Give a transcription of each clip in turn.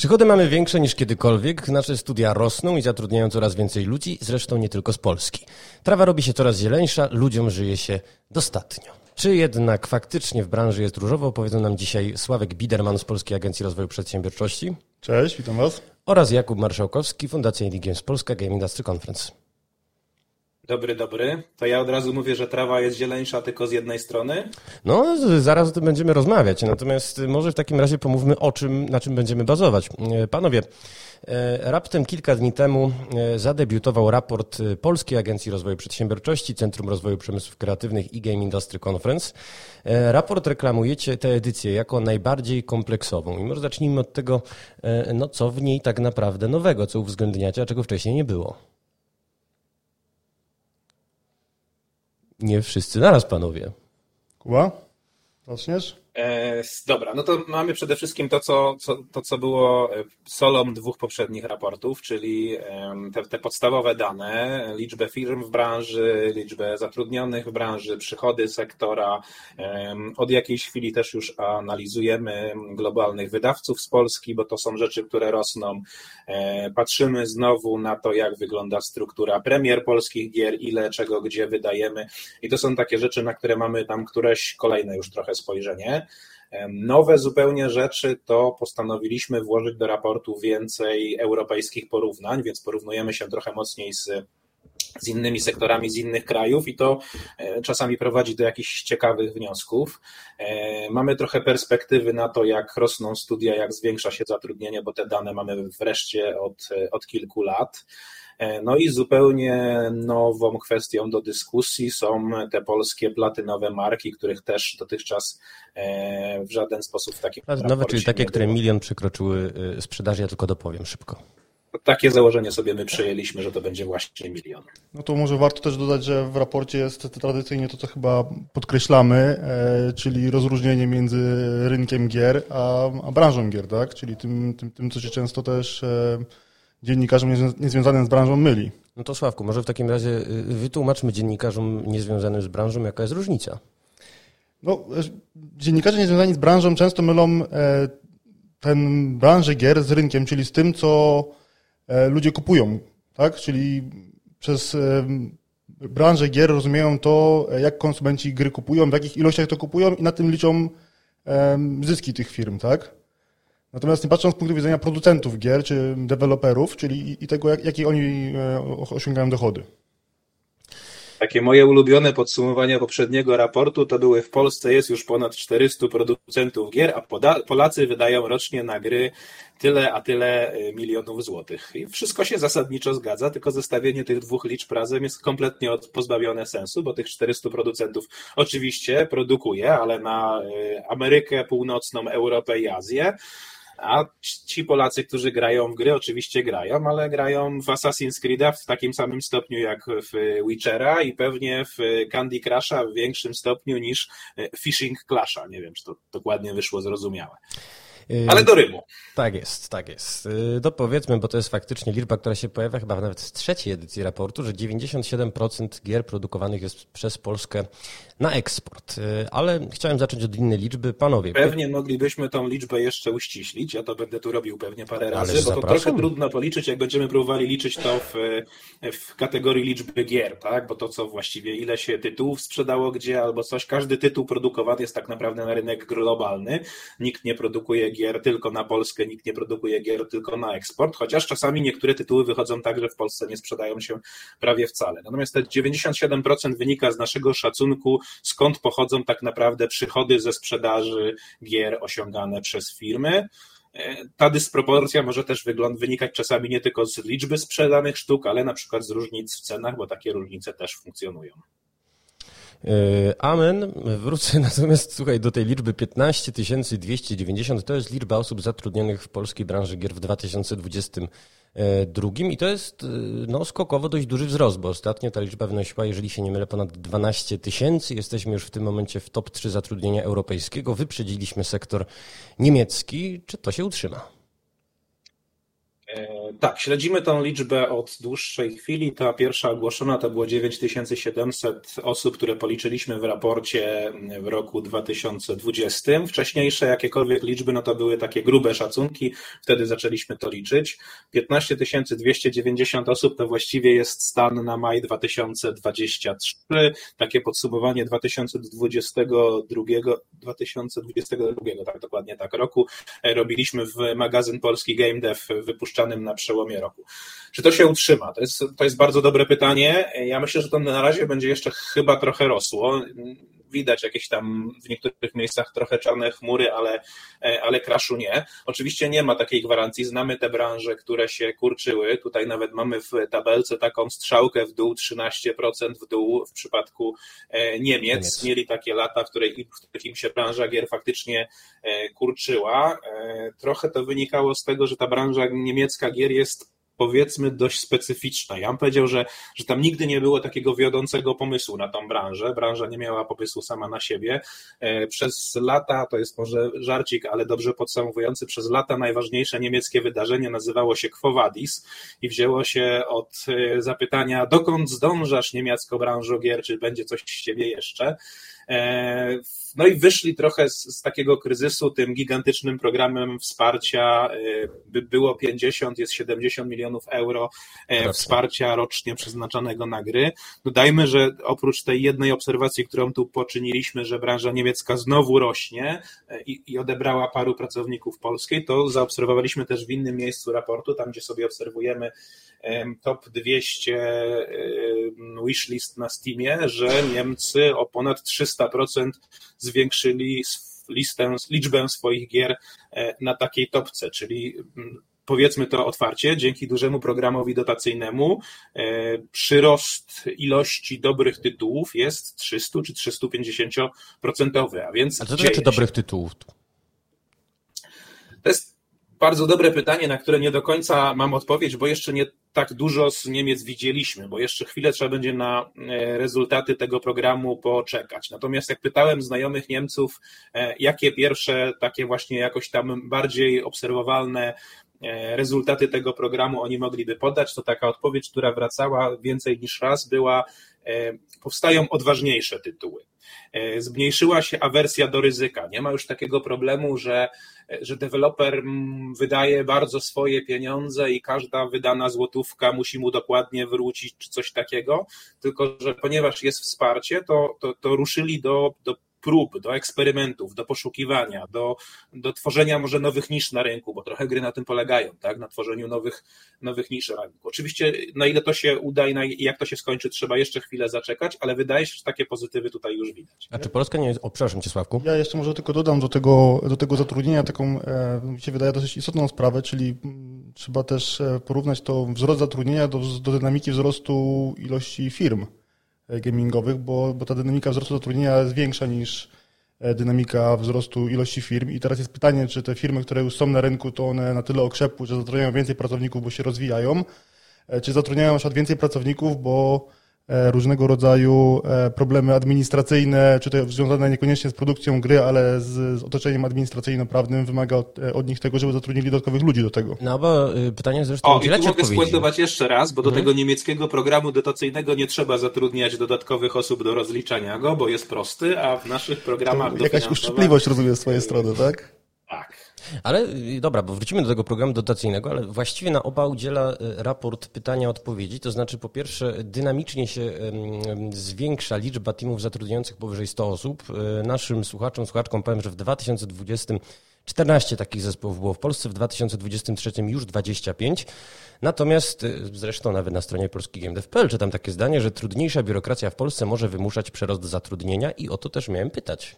Przychody mamy większe niż kiedykolwiek, nasze studia rosną i zatrudniają coraz więcej ludzi, zresztą nie tylko z Polski. Trawa robi się coraz zieleńsza, ludziom żyje się dostatnio. Czy jednak faktycznie w branży jest różowo, opowiedzą nam dzisiaj Sławek Biderman z Polskiej Agencji Rozwoju Przedsiębiorczości. Cześć, witam Was. Oraz Jakub Marszałkowski, Fundacja Indie Games Polska, Game Industry Conference. Dobry. To ja od razu mówię, że trawa jest zieleńsza tylko z jednej strony. No, zaraz o tym będziemy rozmawiać, natomiast może w takim razie pomówmy na czym będziemy bazować. Panowie, raptem kilka dni temu zadebiutował raport Polskiej Agencji Rozwoju Przedsiębiorczości, Centrum Rozwoju Przemysłów Kreatywnych i Game Industry Conference. Raport reklamujecie tę edycję jako najbardziej kompleksową i może zacznijmy od tego, co w niej tak naprawdę nowego, co uwzględniacie, a czego wcześniej nie było. Nie wszyscy naraz, panowie. Kuba, zaczniesz? Dobra, no to mamy przede wszystkim to, co było solą dwóch poprzednich raportów, czyli te podstawowe dane, liczbę firm w branży, liczbę zatrudnionych w branży, przychody sektora. Od jakiejś chwili też już analizujemy globalnych wydawców z Polski, bo to są rzeczy, które rosną. Patrzymy znowu na to, jak wygląda struktura premier polskich gier, ile czego gdzie wydajemy i to są takie rzeczy, na które mamy tam któreś kolejne już trochę spojrzenie. Nowe zupełnie rzeczy to postanowiliśmy włożyć do raportu więcej europejskich porównań, więc porównujemy się trochę mocniej z innymi sektorami z innych krajów i to czasami prowadzi do jakichś ciekawych wniosków. Mamy trochę perspektywy na to, jak rosną studia, jak zwiększa się zatrudnienie, bo te dane mamy wreszcie od kilku lat. No i zupełnie nową kwestią do dyskusji są te polskie platynowe marki, których też dotychczas w żaden sposób w takim Platynowe, czyli takie, które 1 milion przekroczyły sprzedaż, ja tylko dopowiem szybko. Takie założenie sobie my przyjęliśmy, że to będzie właśnie 1 milion. No to może warto też dodać, że w raporcie jest tradycyjnie to, co chyba podkreślamy, czyli rozróżnienie między rynkiem gier a branżą gier, tak? Czyli tym, co się często też dziennikarzom niezwiązanym z branżą myli. No to Sławku, może w takim razie wytłumaczmy dziennikarzom niezwiązanym z branżą, jaka jest różnica. No, dziennikarze niezwiązani z branżą często mylą tę branżę gier z rynkiem, czyli z tym, co ludzie kupują, tak? Czyli przez branżę gier rozumieją to, jak konsumenci gry kupują, w jakich ilościach to kupują i na tym liczą zyski tych firm, tak? Natomiast nie patrząc z punktu widzenia producentów gier czy deweloperów, czyli i tego, jakie oni osiągają dochody. Takie moje ulubione podsumowania poprzedniego raportu to były: w Polsce jest już ponad 400 producentów gier, a Polacy wydają rocznie na gry tyle a tyle milionów złotych. I wszystko się zasadniczo zgadza, tylko zestawienie tych dwóch liczb razem jest kompletnie pozbawione sensu, bo tych 400 producentów oczywiście produkuje, ale na Amerykę Północną, Europę i Azję. A ci Polacy, którzy grają w gry, oczywiście grają, ale grają w Assassin's Creed'a w takim samym stopniu jak w Witchera i pewnie w Candy Crush'a w większym stopniu niż Fishing Clasha. Nie wiem, czy to dokładnie wyszło zrozumiałe. Ale do rymu. Tak jest. To powiedzmy, bo to jest faktycznie liczba, która się pojawia chyba nawet w trzeciej edycji raportu, że 97% gier produkowanych jest przez Polskę na eksport. Ale chciałem zacząć od innej liczby. Panowie. Pewnie moglibyśmy tą liczbę jeszcze uściślić. Ja to będę tu robił pewnie parę razy, bo to trochę trudno policzyć, jak będziemy próbowali liczyć to w kategorii liczby gier, tak? Bo to co właściwie, ile się tytułów sprzedało gdzie albo coś. Każdy tytuł produkowany jest tak naprawdę na rynek globalny. Nikt nie produkuje gier tylko na Polskę, nikt nie produkuje gier tylko na eksport, chociaż czasami niektóre tytuły wychodzą tak, że w Polsce nie sprzedają się prawie wcale. Natomiast te 97% wynika z naszego szacunku, skąd pochodzą tak naprawdę przychody ze sprzedaży gier osiągane przez firmy. Ta dysproporcja może też wynikać czasami nie tylko z liczby sprzedanych sztuk, ale na przykład z różnic w cenach, bo takie różnice też funkcjonują. Amen. Wrócę natomiast, słuchaj, do tej liczby 15 290. To jest liczba osób zatrudnionych w polskiej branży gier w 2022 i to jest skokowo dość duży wzrost, bo ostatnio ta liczba wynosiła, jeżeli się nie mylę, ponad 12 000. Jesteśmy już w tym momencie w top 3 zatrudnienia europejskiego. Wyprzedziliśmy sektor niemiecki. Czy to się utrzyma? Tak, śledzimy tą liczbę od dłuższej chwili. Ta pierwsza ogłoszona to było 9700 osób, które policzyliśmy w raporcie w roku 2020. Wcześniejsze jakiekolwiek liczby, no to były takie grube szacunki, wtedy zaczęliśmy to liczyć. 15 290 osób to właściwie jest stan na maj 2023. Takie podsumowanie 2022, tak dokładnie tak, roku robiliśmy w magazyn Polski Game Dev wypuszczanym na przełomie roku. Czy to się utrzyma? To jest bardzo dobre pytanie. Ja myślę, że to na razie będzie jeszcze chyba trochę rosło. Widać jakieś tam w niektórych miejscach trochę czarne chmury, ale crashu nie. Oczywiście nie ma takiej gwarancji. Znamy te branże, które się kurczyły. Tutaj nawet mamy w tabelce taką strzałkę w dół, 13% w dół w przypadku Niemiec. Mieli takie lata, w których im się branża gier faktycznie kurczyła. Trochę to wynikało z tego, że ta branża niemiecka gier jest, powiedzmy, dość specyficzna. Ja bym powiedział, że tam nigdy nie było takiego wiodącego pomysłu na tą branżę. Branża nie miała pomysłu sama na siebie. Przez lata, to jest może żarcik, ale dobrze podsumowujący, przez lata najważniejsze niemieckie wydarzenie nazywało się Quo Vadis i wzięło się od zapytania, dokąd zdążasz, niemiecką branżą gier, czy będzie coś z ciebie jeszcze? No i wyszli trochę z takiego kryzysu tym gigantycznym programem wsparcia. Było 50, jest 70 milionów euro wsparcia rocznie przeznaczanego na gry. Dodajmy, że oprócz tej jednej obserwacji, którą tu poczyniliśmy, że branża niemiecka znowu rośnie i odebrała paru pracowników polskiej, to zaobserwowaliśmy też w innym miejscu raportu, tam gdzie sobie obserwujemy top 200 wishlist na Steamie, że Niemcy o ponad 300% zwiększyli liczbę swoich gier na takiej topce, czyli powiedzmy to otwarcie, dzięki dużemu programowi dotacyjnemu przyrost ilości dobrych tytułów jest 300 czy 350%, a więc... A co to znaczy dobrych tytułów? To jest bardzo dobre pytanie, na które nie do końca mam odpowiedź, bo jeszcze nie tak dużo z Niemiec widzieliśmy, bo jeszcze chwilę trzeba będzie na rezultaty tego programu poczekać. Natomiast jak pytałem znajomych Niemców, jakie pierwsze takie właśnie jakoś tam bardziej obserwowalne rezultaty tego programu oni mogliby podać, to taka odpowiedź, która wracała więcej niż raz, była: powstają odważniejsze tytuły. Zmniejszyła się awersja do ryzyka. Nie ma już takiego problemu, że deweloper wydaje bardzo swoje pieniądze i każda wydana złotówka musi mu dokładnie wrócić czy coś takiego, tylko że ponieważ jest wsparcie, to ruszyli do prób, do eksperymentów, do poszukiwania, do tworzenia może nowych nisz na rynku, bo trochę gry na tym polegają, tak? Na tworzeniu nowych nisz na rynku. Oczywiście na ile to się uda i jak to się skończy, trzeba jeszcze chwilę zaczekać, ale wydaje się, że takie pozytywy tutaj już widać. A czy Polska nie jest... przepraszam Cię, Sławku. Ja jeszcze może tylko dodam do tego zatrudnienia taką, mi się wydaje, dosyć istotną sprawę, czyli trzeba też porównać to wzrost zatrudnienia do dynamiki wzrostu ilości firm gamingowych, bo ta dynamika wzrostu zatrudnienia jest większa niż dynamika wzrostu ilości firm. I teraz jest pytanie, czy te firmy, które już są na rynku, to one na tyle okrzepły, że zatrudniają więcej pracowników, bo się rozwijają, czy zatrudniają na przykład więcej pracowników, bo różnego rodzaju problemy administracyjne, czy to związane niekoniecznie z produkcją gry, ale z otoczeniem administracyjno-prawnym wymaga od nich tego, żeby zatrudnili dodatkowych ludzi do tego. No bo pytanie zresztą... I tu mogę spuentować jeszcze raz, bo do tego niemieckiego programu dotacyjnego nie trzeba zatrudniać dodatkowych osób do rozliczania go, bo jest prosty, a w naszych programach... To jakaś uszczypliwość, rozumiem, z twojej strony, tak? Tak. Ale dobra, bo wrócimy do tego programu dotacyjnego, ale właściwie na oba udziela raport pytania-odpowiedzi, to znaczy po pierwsze dynamicznie się zwiększa liczba teamów zatrudniających powyżej 100 osób. Naszym słuchaczkom powiem, że w 2020 14 takich zespołów było w Polsce, w 2023 już 25. Natomiast zresztą nawet na stronie polskigamedev.pl czytam takie zdanie, że trudniejsza biurokracja w Polsce może wymuszać przerost zatrudnienia i o to też miałem pytać.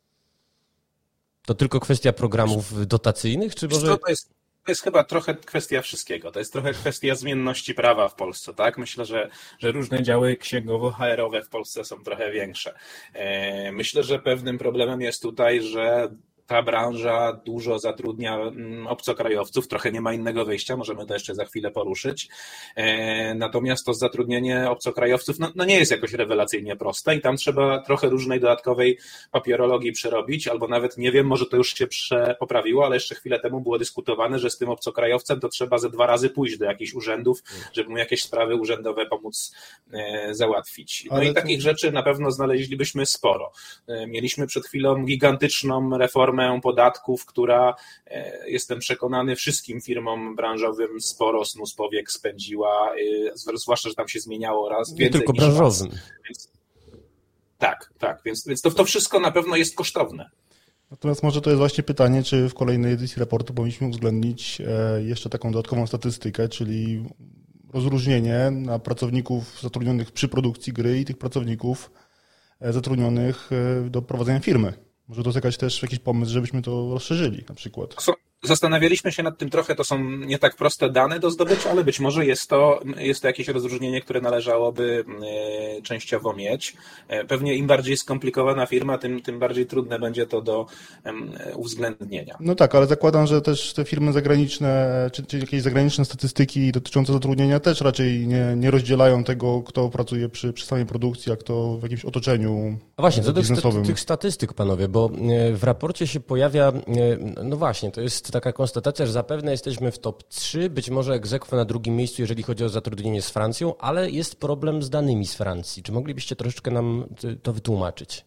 To tylko kwestia programów dotacyjnych, czy może... To jest chyba trochę kwestia wszystkiego. To jest trochę kwestia zmienności prawa w Polsce, tak? Myślę, że różne działy księgowo-HR-owe w Polsce są trochę większe. Myślę, że pewnym problemem jest tutaj, że ta branża dużo zatrudnia obcokrajowców, trochę nie ma innego wyjścia, możemy to jeszcze za chwilę poruszyć. Natomiast to zatrudnienie obcokrajowców no nie jest jakoś rewelacyjnie proste i tam trzeba trochę różnej dodatkowej papierologii przerobić, albo nawet nie wiem, może to już się poprawiło, ale jeszcze chwilę temu było dyskutowane, że z tym obcokrajowcem to trzeba ze 2 razy pójść do jakichś urzędów, żeby mu jakieś sprawy urzędowe pomóc załatwić. No i takich rzeczy na pewno znaleźlibyśmy sporo. Mieliśmy przed chwilą gigantyczną reformę podatków, która, jestem przekonany, wszystkim firmom branżowym sporo snu z powiek spędziła, zwłaszcza, że tam się zmieniało raz nie więcej tylko niż branżowym. Więc, tak, więc to wszystko na pewno jest kosztowne. Natomiast może to jest właśnie pytanie, czy w kolejnej edycji raportu powinniśmy uwzględnić jeszcze taką dodatkową statystykę, czyli rozróżnienie na pracowników zatrudnionych przy produkcji gry i tych pracowników zatrudnionych do prowadzenia firmy. Może to jest jakiś pomysł, żebyśmy to rozszerzyli na przykład. Zastanawialiśmy się nad tym trochę, to są nie tak proste dane do zdobycia, ale być może jest to jakieś rozróżnienie, które należałoby częściowo mieć. Pewnie im bardziej skomplikowana firma, tym bardziej trudne będzie to do uwzględnienia. No tak, ale zakładam, że też te firmy zagraniczne, czy jakieś zagraniczne statystyki dotyczące zatrudnienia też raczej nie rozdzielają tego, kto pracuje przy samej produkcji, a kto w jakimś otoczeniu właśnie, co biznesowym. do tych statystyk, panowie, bo w raporcie się pojawia, no właśnie, to jest taka konstatacja, że zapewne jesteśmy w top 3, być może ex aequo na drugim miejscu, jeżeli chodzi o zatrudnienie z Francją, ale jest problem z danymi z Francji. Czy moglibyście troszeczkę nam to wytłumaczyć?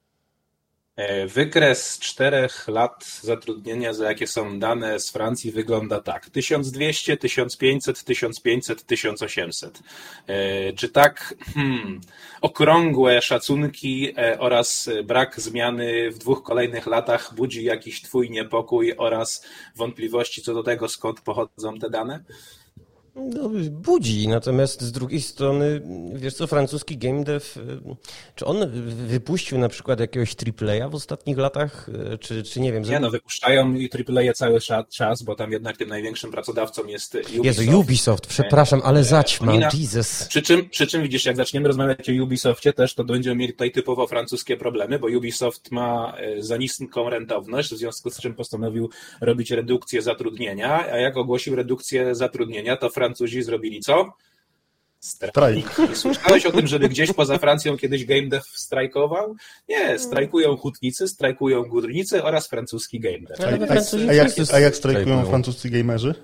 Wykres 4 lat zatrudnienia, za jakie są dane z Francji, wygląda tak. 1200, 1500, 1500, 1800. Czy tak okrągłe szacunki oraz brak zmiany w 2 kolejnych latach budzi jakiś twój niepokój oraz wątpliwości co do tego, skąd pochodzą te dane? No, budzi, natomiast z drugiej strony, wiesz co, francuski game dev, czy on wypuścił na przykład jakiegoś AAA w ostatnich latach, czy nie wiem? Nie, no wypuszczają AAA cały czas, bo tam jednak tym największym pracodawcą jest Ubisoft. Jezu, Ubisoft, przepraszam, ale zaćma, Jesus. Przy czym widzisz, jak zaczniemy rozmawiać o Ubisoftie też, to będziemy mieli tutaj typowo francuskie problemy, bo Ubisoft ma za niską rentowność, w związku z czym postanowił robić redukcję zatrudnienia, a jak ogłosił redukcję zatrudnienia, to Francuzi zrobili co? Strajk. Słyszałeś o tym, żeby gdzieś poza Francją kiedyś game dev strajkował? Nie, strajkują hutnicy, strajkują górnicy oraz francuski game dev. A jak strajkują francuscy gamerzy?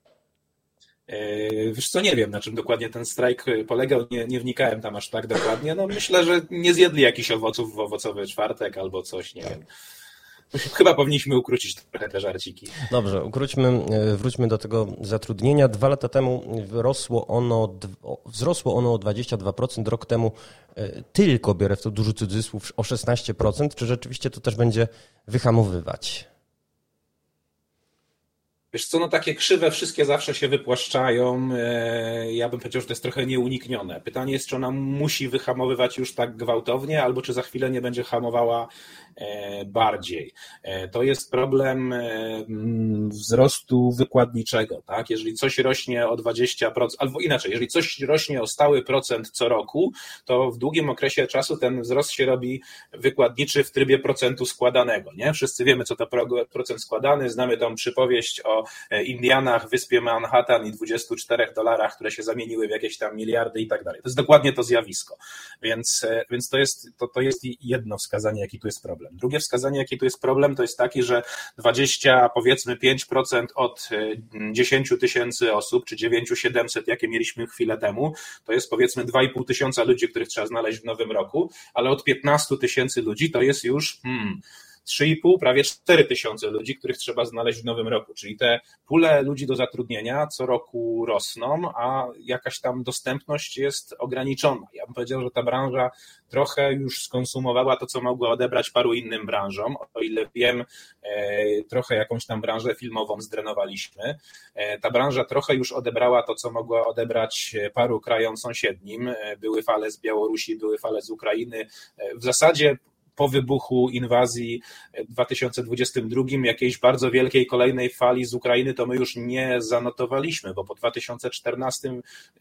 Wiesz co, nie wiem, na czym dokładnie ten strajk polegał, nie wnikałem tam aż tak dokładnie. No myślę, że nie zjedli jakichś owoców w owocowy czwartek albo coś, nie wiem. Chyba powinniśmy ukrócić trochę te żarciki. Dobrze, wróćmy do tego zatrudnienia. 2 lata temu wzrosło ono o 22%, rok temu tylko, biorę w to duży cudzysłów, o 16%. Czy rzeczywiście to też będzie wyhamowywać? Wiesz co, no takie krzywe wszystkie zawsze się wypłaszczają. Ja bym powiedział, że to jest trochę nieuniknione. Pytanie jest, czy ona musi wyhamowywać już tak gwałtownie, albo czy za chwilę nie będzie hamowała bardziej. To jest problem wzrostu wykładniczego, tak? Jeżeli coś rośnie o 20%, albo inaczej, jeżeli coś rośnie o stały procent co roku, to w długim okresie czasu ten wzrost się robi wykładniczy w trybie procentu składanego, nie? Wszyscy wiemy, co to procent składany, znamy tą przypowieść o Indianach, wyspie Manhattan i $24, które się zamieniły w jakieś tam miliardy i tak dalej. To jest dokładnie to zjawisko. Więc to jest jedno wskazanie, jaki tu jest problem. Drugie wskazanie, jaki tu jest problem, to jest taki, że 5% od 10 000 osób, czy 9700, jakie mieliśmy chwilę temu, to jest powiedzmy 2,5 tysiąca ludzi, których trzeba znaleźć w nowym roku, ale od 15 000 ludzi to jest już 3,5, prawie 4 tysiące ludzi, których trzeba znaleźć w nowym roku. Czyli te pule ludzi do zatrudnienia co roku rosną, a jakaś tam dostępność jest ograniczona. Ja bym powiedział, że ta branża trochę już skonsumowała to, co mogła odebrać paru innym branżom. O ile wiem, trochę jakąś tam branżę filmową zdrenowaliśmy. Ta branża trochę już odebrała to, co mogła odebrać paru krajom sąsiednim. Były fale z Białorusi, były fale z Ukrainy. W zasadzie po wybuchu inwazji w 2022 jakiejś bardzo wielkiej kolejnej fali z Ukrainy to my już nie zanotowaliśmy, bo po 2014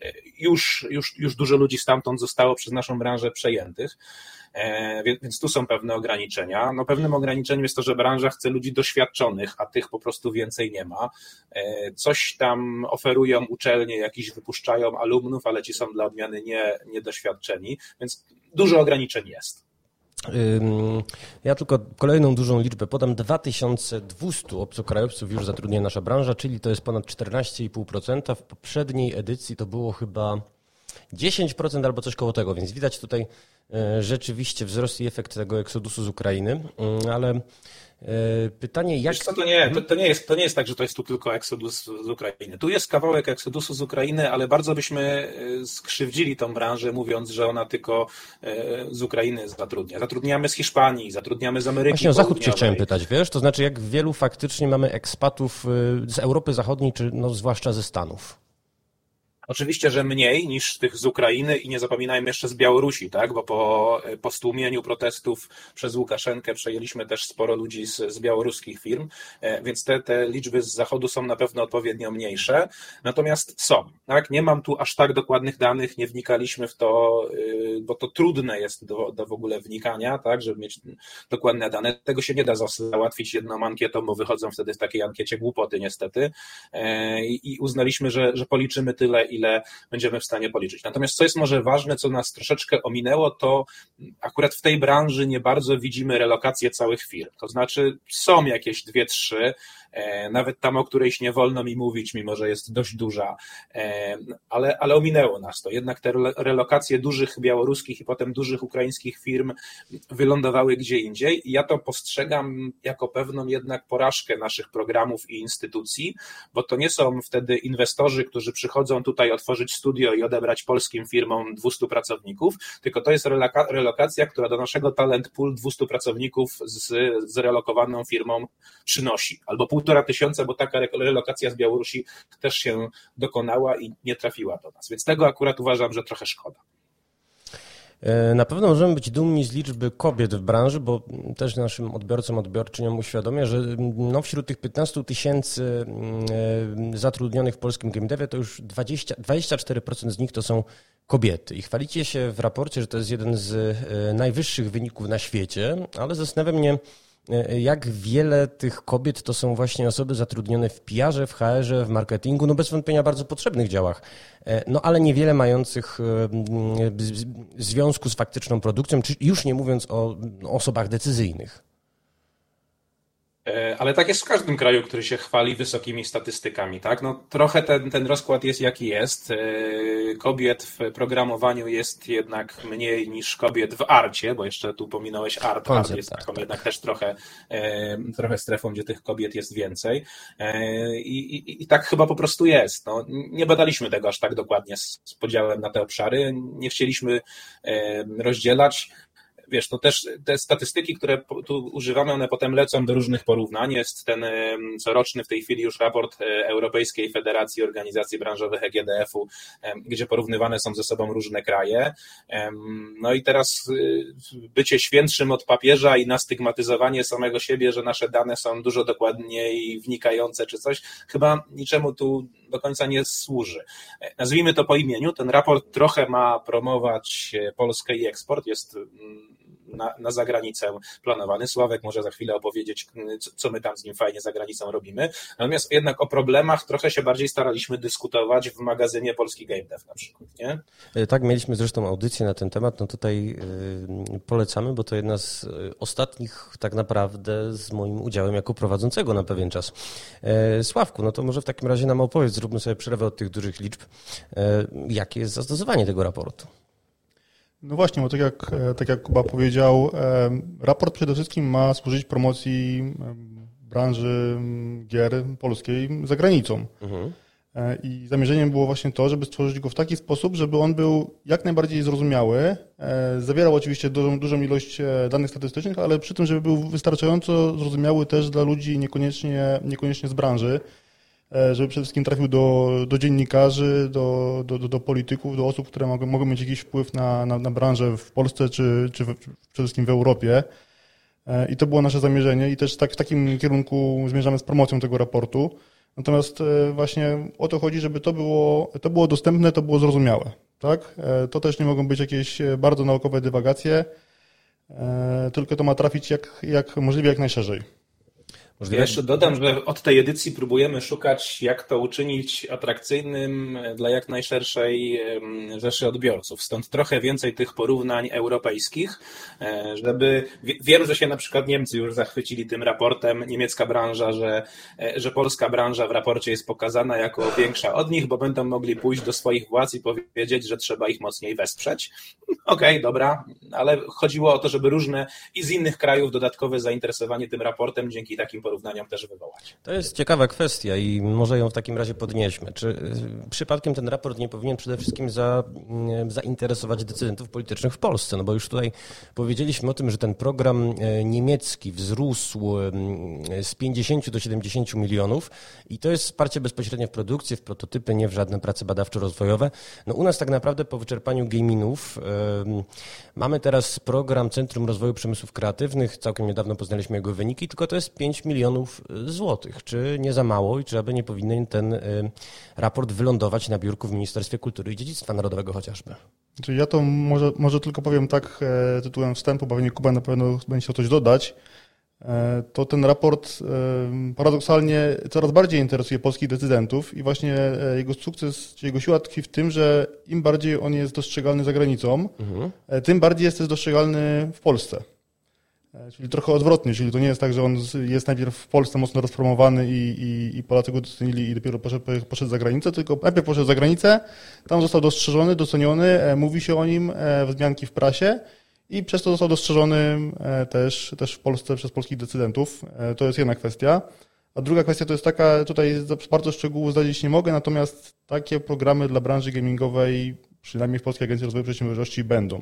już dużo ludzi stamtąd zostało przez naszą branżę przejętych. Więc tu są pewne ograniczenia. No pewnym ograniczeniem jest to, że branża chce ludzi doświadczonych, a tych po prostu więcej nie ma. Coś tam oferują uczelnie, jakiś wypuszczają alumnów, ale ci są dla odmiany niedoświadczeni, więc dużo ograniczeń jest. Ja tylko kolejną dużą liczbę podam. 2200 obcokrajowców już zatrudnia nasza branża, czyli to jest ponad 14,5%. W poprzedniej edycji to było chyba 10% albo coś koło tego, więc widać tutaj rzeczywiście wzrost i efekt tego eksodusu z Ukrainy, ale pytanie jak... Wiesz co, to nie jest tak, że to jest tu tylko eksodus z Ukrainy. Tu jest kawałek eksodusu z Ukrainy, ale bardzo byśmy skrzywdzili tą branżę, mówiąc, że ona tylko z Ukrainy zatrudnia. Zatrudniamy z Hiszpanii, zatrudniamy z Ameryki Właśnie o Zachód Południowej. cię chciałem pytać, wiesz? To znaczy jak wielu faktycznie mamy ekspatów z Europy Zachodniej, czy no zwłaszcza ze Stanów? Oczywiście, że mniej niż tych z Ukrainy i nie zapominajmy jeszcze z Białorusi, tak? Bo po stłumieniu protestów przez Łukaszenkę przejęliśmy też sporo ludzi z białoruskich firm, więc te liczby z Zachodu są na pewno odpowiednio mniejsze, natomiast są, tak? Nie mam tu aż tak dokładnych danych, nie wnikaliśmy w to, bo to trudne jest do w ogóle wnikania, tak? Żeby mieć dokładne dane. Tego się nie da załatwić jedną ankietą, bo wychodzą wtedy w takiej ankiecie głupoty niestety i uznaliśmy, że policzymy tyle, ile będziemy w stanie policzyć. Natomiast co jest może ważne, co nas troszeczkę ominęło, to akurat w tej branży nie bardzo widzimy relokację całych firm. To znaczy są jakieś 2-3, nawet tam, o którejś nie wolno mi mówić, mimo że jest dość duża, ale ominęło nas to. Jednak te relokacje dużych białoruskich i potem dużych ukraińskich firm wylądowały gdzie indziej i ja to postrzegam jako pewną jednak porażkę naszych programów i instytucji, bo to nie są wtedy inwestorzy, którzy przychodzą tutaj otworzyć studio i odebrać polskim firmom 200 pracowników, tylko to jest relokacja, która do naszego talent pool 200 pracowników z relokowaną firmą przynosi, albo 1500, bo taka relokacja z Białorusi też się dokonała i nie trafiła do nas. Więc tego akurat uważam, że trochę szkoda. Na pewno możemy być dumni z liczby kobiet w branży, bo też naszym odbiorcom, odbiorczyniom uświadomię, że no wśród tych 15 000 zatrudnionych w polskim game devie to już 24% z nich to są kobiety. I chwalicie się w raporcie, że to jest jeden z najwyższych wyników na świecie, ale zastanawia mnie, jak wiele tych kobiet to są właśnie osoby zatrudnione w PR-ze, w HR-ze, w marketingu, no bez wątpienia bardzo potrzebnych działach, no ale niewiele mających związku z faktyczną produkcją, czy już nie mówiąc o osobach decyzyjnych. Ale tak jest w każdym kraju, który się chwali wysokimi statystykami, tak? No trochę ten rozkład jest jaki jest. Kobiet w programowaniu jest jednak mniej niż kobiet w arcie, bo jeszcze tu pominąłeś art. Art jest taką jednak też trochę strefą, gdzie tych kobiet jest więcej. I tak chyba po prostu jest. No, nie badaliśmy tego aż tak dokładnie z podziałem na te obszary. Nie chcieliśmy rozdzielać. Wiesz, to też te statystyki, które tu używamy, one potem lecą do różnych porównań. Jest ten coroczny w tej chwili już raport Europejskiej Federacji Organizacji Branżowych EGDF-u, gdzie porównywane są ze sobą różne kraje. No i teraz bycie świętszym od papieża i nastygmatyzowanie samego siebie, że nasze dane są dużo dokładniej wnikające czy coś, chyba niczemu tu do końca nie służy. Nazwijmy to po imieniu. Ten raport trochę ma promować Polskę i eksport. Jest na zagranicę planowany. Sławek może za chwilę opowiedzieć, co my tam z nim fajnie za granicą robimy. Natomiast jednak o problemach trochę się bardziej staraliśmy dyskutować w magazynie Polski Game Dev na przykład, nie? Tak, mieliśmy zresztą audycję na ten temat. No tutaj polecamy, bo to jedna z ostatnich tak naprawdę z moim udziałem jako prowadzącego na pewien czas. Sławku, no to może w takim razie nam opowiedz, zróbmy sobie przerwę od tych dużych liczb. Jakie jest zastosowanie tego raportu? No właśnie, bo tak jak Kuba powiedział, raport przede wszystkim ma służyć promocji branży gier polskiej za granicą. I zamierzeniem było właśnie to, żeby stworzyć go w taki sposób, żeby on był jak najbardziej zrozumiały, zawierał oczywiście dużą ilość danych statystycznych, ale przy tym, żeby był wystarczająco zrozumiały też dla ludzi niekoniecznie z branży, żeby przede wszystkim trafił do dziennikarzy, do polityków, do osób, które mogą mieć jakiś wpływ na branżę w Polsce czy przede wszystkim w Europie. I to było nasze zamierzenie i też tak w takim kierunku zmierzamy z promocją tego raportu. Natomiast właśnie o to chodzi, żeby to było dostępne, to było zrozumiałe. Tak? To też nie mogą być jakieś bardzo naukowe dywagacje, tylko to ma trafić możliwie jak najszerzej. Ja jeszcze dodam, że od tej edycji próbujemy szukać, jak to uczynić atrakcyjnym dla jak najszerszej rzeszy odbiorców. Stąd trochę więcej tych porównań europejskich, żeby... Wiem, że się na przykład Niemcy już zachwycili tym raportem, niemiecka branża, że polska branża w raporcie jest pokazana jako większa od nich, bo będą mogli pójść do swoich władz i powiedzieć, że trzeba ich mocniej wesprzeć. Okej, dobra, ale chodziło o to, żeby różne i z innych krajów dodatkowe zainteresowanie tym raportem dzięki takim porównaniom też wywołać. To jest ciekawa kwestia i może ją w takim razie podnieśmy. Czy przypadkiem ten raport nie powinien przede wszystkim zainteresować decydentów politycznych w Polsce? No bo już tutaj powiedzieliśmy o tym, że ten program niemiecki wzrósł z 50 do 70 milionów i to jest wsparcie bezpośrednie w produkcję, w prototypy, nie w żadne prace badawczo-rozwojowe. No u nas tak naprawdę po wyczerpaniu gaminów mamy teraz program Centrum Rozwoju Przemysłów Kreatywnych. Całkiem niedawno poznaliśmy jego wyniki, tylko to jest 5 milionów złotych. Czy nie za mało i czy aby nie powinien ten raport wylądować na biurku w Ministerstwie Kultury i Dziedzictwa Narodowego chociażby? Ja to może tylko powiem tak tytułem wstępu, bo pewnie Kuba na pewno będzie chciał coś dodać. To ten raport paradoksalnie coraz bardziej interesuje polskich decydentów i właśnie jego sukces, czy jego siła tkwi w tym, że im bardziej on jest dostrzegalny za granicą, tym bardziej jest też dostrzegalny w Polsce. Czyli trochę odwrotnie, czyli to nie jest tak, że on jest najpierw w Polsce mocno rozpromowany i Polacy go docenili i dopiero poszedł za granicę, tylko najpierw poszedł za granicę, tam został dostrzeżony, doceniony, mówi się o nim, wzmianki w prasie i przez to został dostrzeżony też w Polsce przez polskich decydentów. To jest jedna kwestia. A druga kwestia to jest taka, tutaj bardzo szczegółów zdradzić nie mogę, natomiast takie programy dla branży gamingowej, przynajmniej w Polskiej Agencji Rozwoju Przedsiębiorczości będą.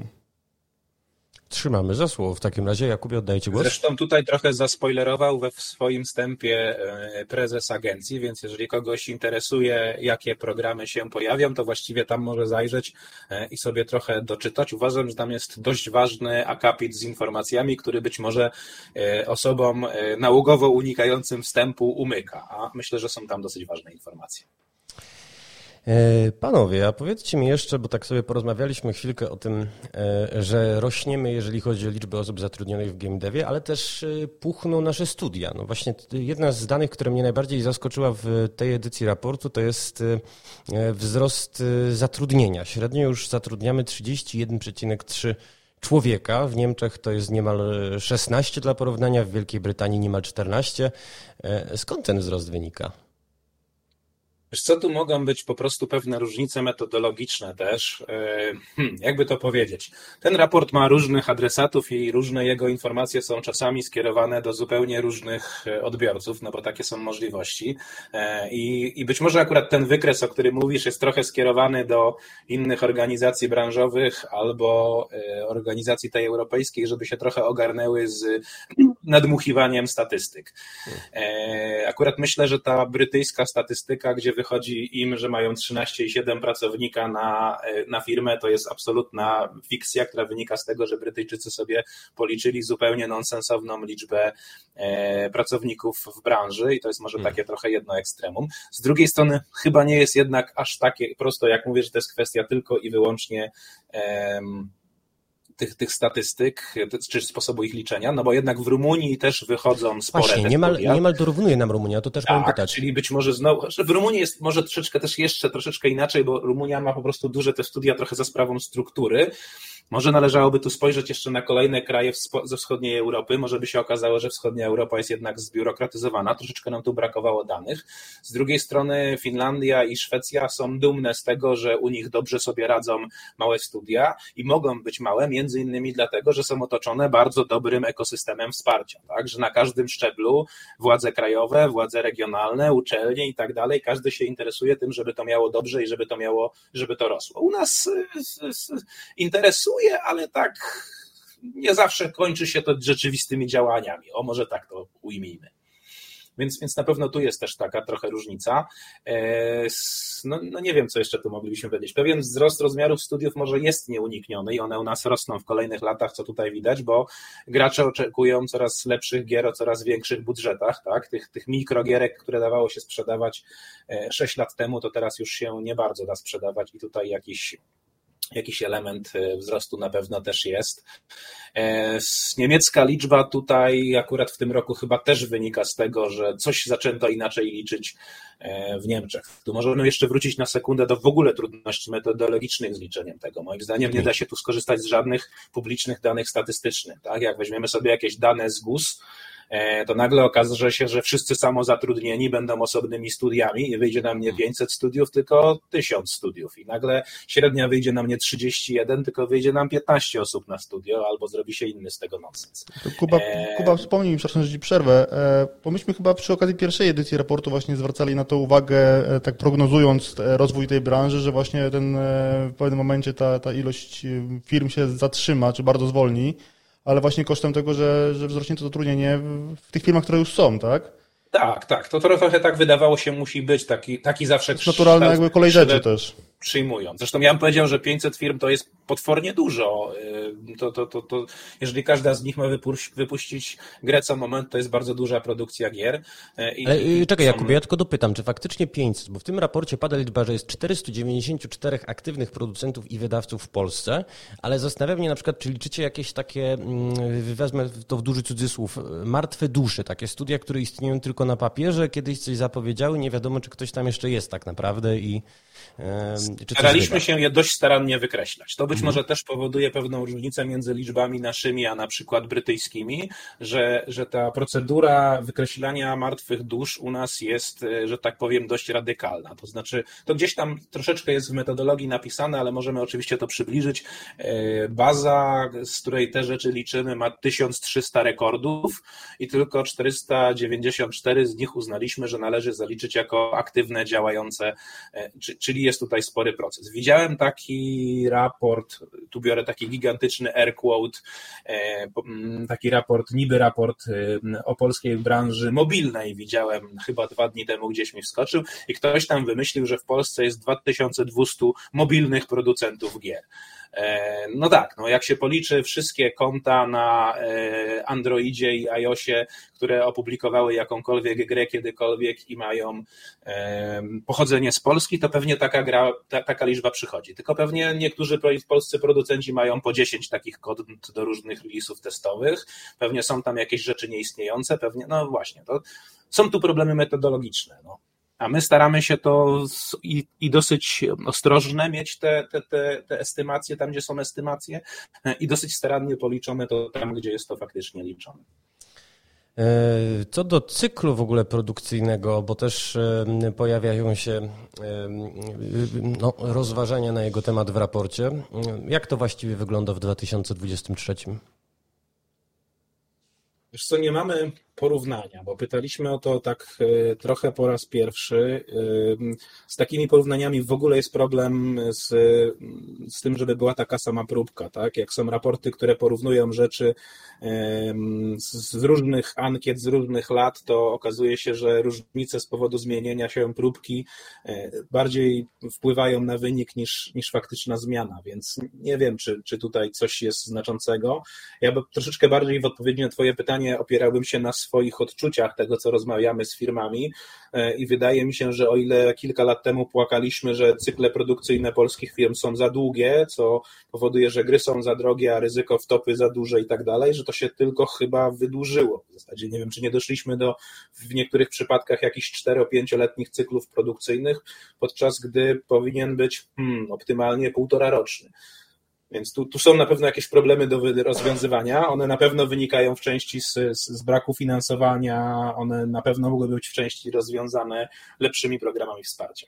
Trzymamy za słowo. W takim razie, Jakubie, oddaję Ci głos. Zresztą tutaj trochę zaspoilerował w swoim wstępie prezes agencji, więc jeżeli kogoś interesuje, jakie programy się pojawią, to właściwie tam może zajrzeć i sobie trochę doczytać. Uważam, że tam jest dość ważny akapit z informacjami, który być może osobom nałogowo unikającym wstępu umyka, a myślę, że są tam dosyć ważne informacje. Panowie, a powiedzcie mi jeszcze, bo tak sobie porozmawialiśmy chwilkę o tym, że rośniemy, jeżeli chodzi o liczbę osób zatrudnionych w game devie, ale też puchną nasze studia. No właśnie jedna z danych, która mnie najbardziej zaskoczyła w tej edycji raportu, to jest wzrost zatrudnienia. Średnio już zatrudniamy 31,3 człowieka. W Niemczech to jest niemal 16 dla porównania, w Wielkiej Brytanii niemal 14. Skąd ten wzrost wynika? Wiesz co, tu mogą być po prostu pewne różnice metodologiczne też. Jakby to powiedzieć? Ten raport ma różnych adresatów i różne jego informacje są czasami skierowane do zupełnie różnych odbiorców, no bo takie są możliwości. I być może akurat ten wykres, o którym mówisz, jest trochę skierowany do innych organizacji branżowych albo organizacji tej europejskiej, żeby się trochę ogarnęły z nadmuchiwaniem statystyk. Akurat myślę, że ta brytyjska statystyka, gdzie wychodzi im, że mają 13,7 pracownika na firmę, to jest absolutna fikcja, która wynika z tego, że Brytyjczycy sobie policzyli zupełnie nonsensowną liczbę pracowników w branży i to jest może takie trochę jedno ekstremum. Z drugiej strony chyba nie jest jednak aż takie prosto, jak mówię, że to jest kwestia tylko i wyłącznie tych statystyk, czy sposobu ich liczenia, no bo jednak w Rumunii też wychodzą spore Właśnie, niemal dorównuje nam Rumunia, to też powiem pytać. Czyli być może znowu, że w Rumunii jest może troszeczkę inaczej, bo Rumunia ma po prostu duże te studia trochę za sprawą struktury. Może należałoby tu spojrzeć jeszcze na kolejne kraje ze wschodniej Europy. Może by się okazało, że wschodnia Europa jest jednak zbiurokratyzowana. Troszeczkę nam tu brakowało danych. Z drugiej strony Finlandia i Szwecja są dumne z tego, że u nich dobrze sobie radzą małe studia i mogą być małe, między innymi dlatego, że są otoczone bardzo dobrym ekosystemem wsparcia. Tak? Że na każdym szczeblu władze krajowe, władze regionalne, uczelnie i tak dalej, każdy się interesuje tym, żeby to miało dobrze i żeby to rosło. U nas interesuje, ale tak nie zawsze kończy się to rzeczywistymi działaniami. O, może tak to ujmijmy. Więc na pewno tu jest też taka trochę różnica. No nie wiem, co jeszcze tu moglibyśmy powiedzieć. Pewien wzrost rozmiarów studiów może jest nieunikniony i one u nas rosną w kolejnych latach, co tutaj widać, bo gracze oczekują coraz lepszych gier o coraz większych budżetach, tak? Tych mikrogierek, które dawało się sprzedawać 6 lat temu, to teraz już się nie bardzo da sprzedawać i tutaj jakiś element wzrostu na pewno też jest. Niemiecka liczba tutaj akurat w tym roku chyba też wynika z tego, że coś zaczęto inaczej liczyć w Niemczech. Tu możemy jeszcze wrócić na sekundę do w ogóle trudności metodologicznych z liczeniem tego. Moim zdaniem nie da się tu skorzystać z żadnych publicznych danych statystycznych. Tak? Jak weźmiemy sobie jakieś dane z GUS, to nagle okaże się, że wszyscy samozatrudnieni będą osobnymi studiami i wyjdzie nam nie 500 studiów, tylko 1000 studiów. I nagle średnia wyjdzie nam nie 31, tylko wyjdzie nam 15 osób na studio, albo zrobi się inny z tego nonsens. Kuba, wspomnij mi, przepraszam, że ci przerwę, bo myśmy chyba przy okazji pierwszej edycji raportu właśnie zwracali na to uwagę, tak prognozując rozwój tej branży, że właśnie w pewnym momencie ta ilość firm się zatrzyma, czy bardzo zwolni, ale właśnie kosztem tego, że wzrośnie to zatrudnienie w tych firmach, które już są, tak? Tak. To trochę tak wydawało się musi być, taki zawsze... To jest naturalna jakby kolej rzeczy też. Przyjmując. Zresztą ja bym powiedział, że 500 firm to jest potwornie dużo. To jeżeli każda z nich ma wypuścić grę co moment, to jest bardzo duża produkcja gier. Czekaj Jakubie, ja tylko dopytam, czy faktycznie 500, bo w tym raporcie pada liczba, że jest 494 aktywnych producentów i wydawców w Polsce, ale zastanawia mnie na przykład, czy liczycie jakieś takie, wezmę to w duży cudzysłów, martwe dusze, takie studia, które istnieją tylko na papierze, kiedyś coś zapowiedziały, nie wiadomo, czy ktoś tam jeszcze jest tak naprawdę i staraliśmy się je dość starannie wykreślać. To być może też powoduje pewną różnicę między liczbami naszymi, a na przykład brytyjskimi, że ta procedura wykreślania martwych dusz u nas jest, że tak powiem, dość radykalna. To znaczy, to gdzieś tam troszeczkę jest w metodologii napisane, ale możemy oczywiście to przybliżyć. Baza, z której te rzeczy liczymy, ma 1300 rekordów i tylko 494 z nich uznaliśmy, że należy zaliczyć jako aktywne, działające, czyli jest tutaj spory proces. Widziałem taki raport, tu biorę taki gigantyczny air quote, taki raport, niby raport o polskiej branży mobilnej, widziałem chyba 2 dni temu, gdzieś mi wskoczył i ktoś tam wymyślił, że w Polsce jest 2200 mobilnych producentów gier. No tak, jak się policzy wszystkie konta na Androidzie i iOSie, które opublikowały jakąkolwiek grę kiedykolwiek i mają pochodzenie z Polski, to pewnie taka liczba przychodzi. Tylko pewnie niektórzy polscy producenci mają po 10 takich kont do różnych release'ów testowych, pewnie są tam jakieś rzeczy nieistniejące, pewnie, no właśnie, to są tu problemy metodologiczne, A my staramy się to i dosyć ostrożne mieć te estymacje tam, gdzie są estymacje i dosyć starannie policzone to tam, gdzie jest to faktycznie liczone. Co do cyklu w ogóle produkcyjnego, bo też pojawiają się rozważania na jego temat w raporcie. Jak to właściwie wygląda w 2023? Wiesz co, nie mamy porównania, bo pytaliśmy o to tak trochę po raz pierwszy. Z takimi porównaniami w ogóle jest problem z tym, żeby była taka sama próbka, tak? Jak są raporty, które porównują rzeczy z różnych ankiet, z różnych lat, to okazuje się, że różnice z powodu zmienienia się próbki bardziej wpływają na wynik niż faktyczna zmiana, więc nie wiem, czy tutaj coś jest znaczącego. Ja troszeczkę bardziej w odpowiedzi na twoje pytanie opierałbym się na swoich odczuciach tego, co rozmawiamy z firmami i wydaje mi się, że o ile kilka lat temu płakaliśmy, że cykle produkcyjne polskich firm są za długie, co powoduje, że gry są za drogie, a ryzyko wtopy za duże i tak dalej, że to się tylko chyba wydłużyło. W zasadzie nie wiem, czy nie doszliśmy do w niektórych przypadkach jakichś 4-5-letnich cyklów produkcyjnych, podczas gdy powinien być optymalnie 1,5-roczny. Więc tu są na pewno jakieś problemy do rozwiązywania. One na pewno wynikają w części z braku finansowania, one na pewno mogły być w części rozwiązane lepszymi programami wsparcia.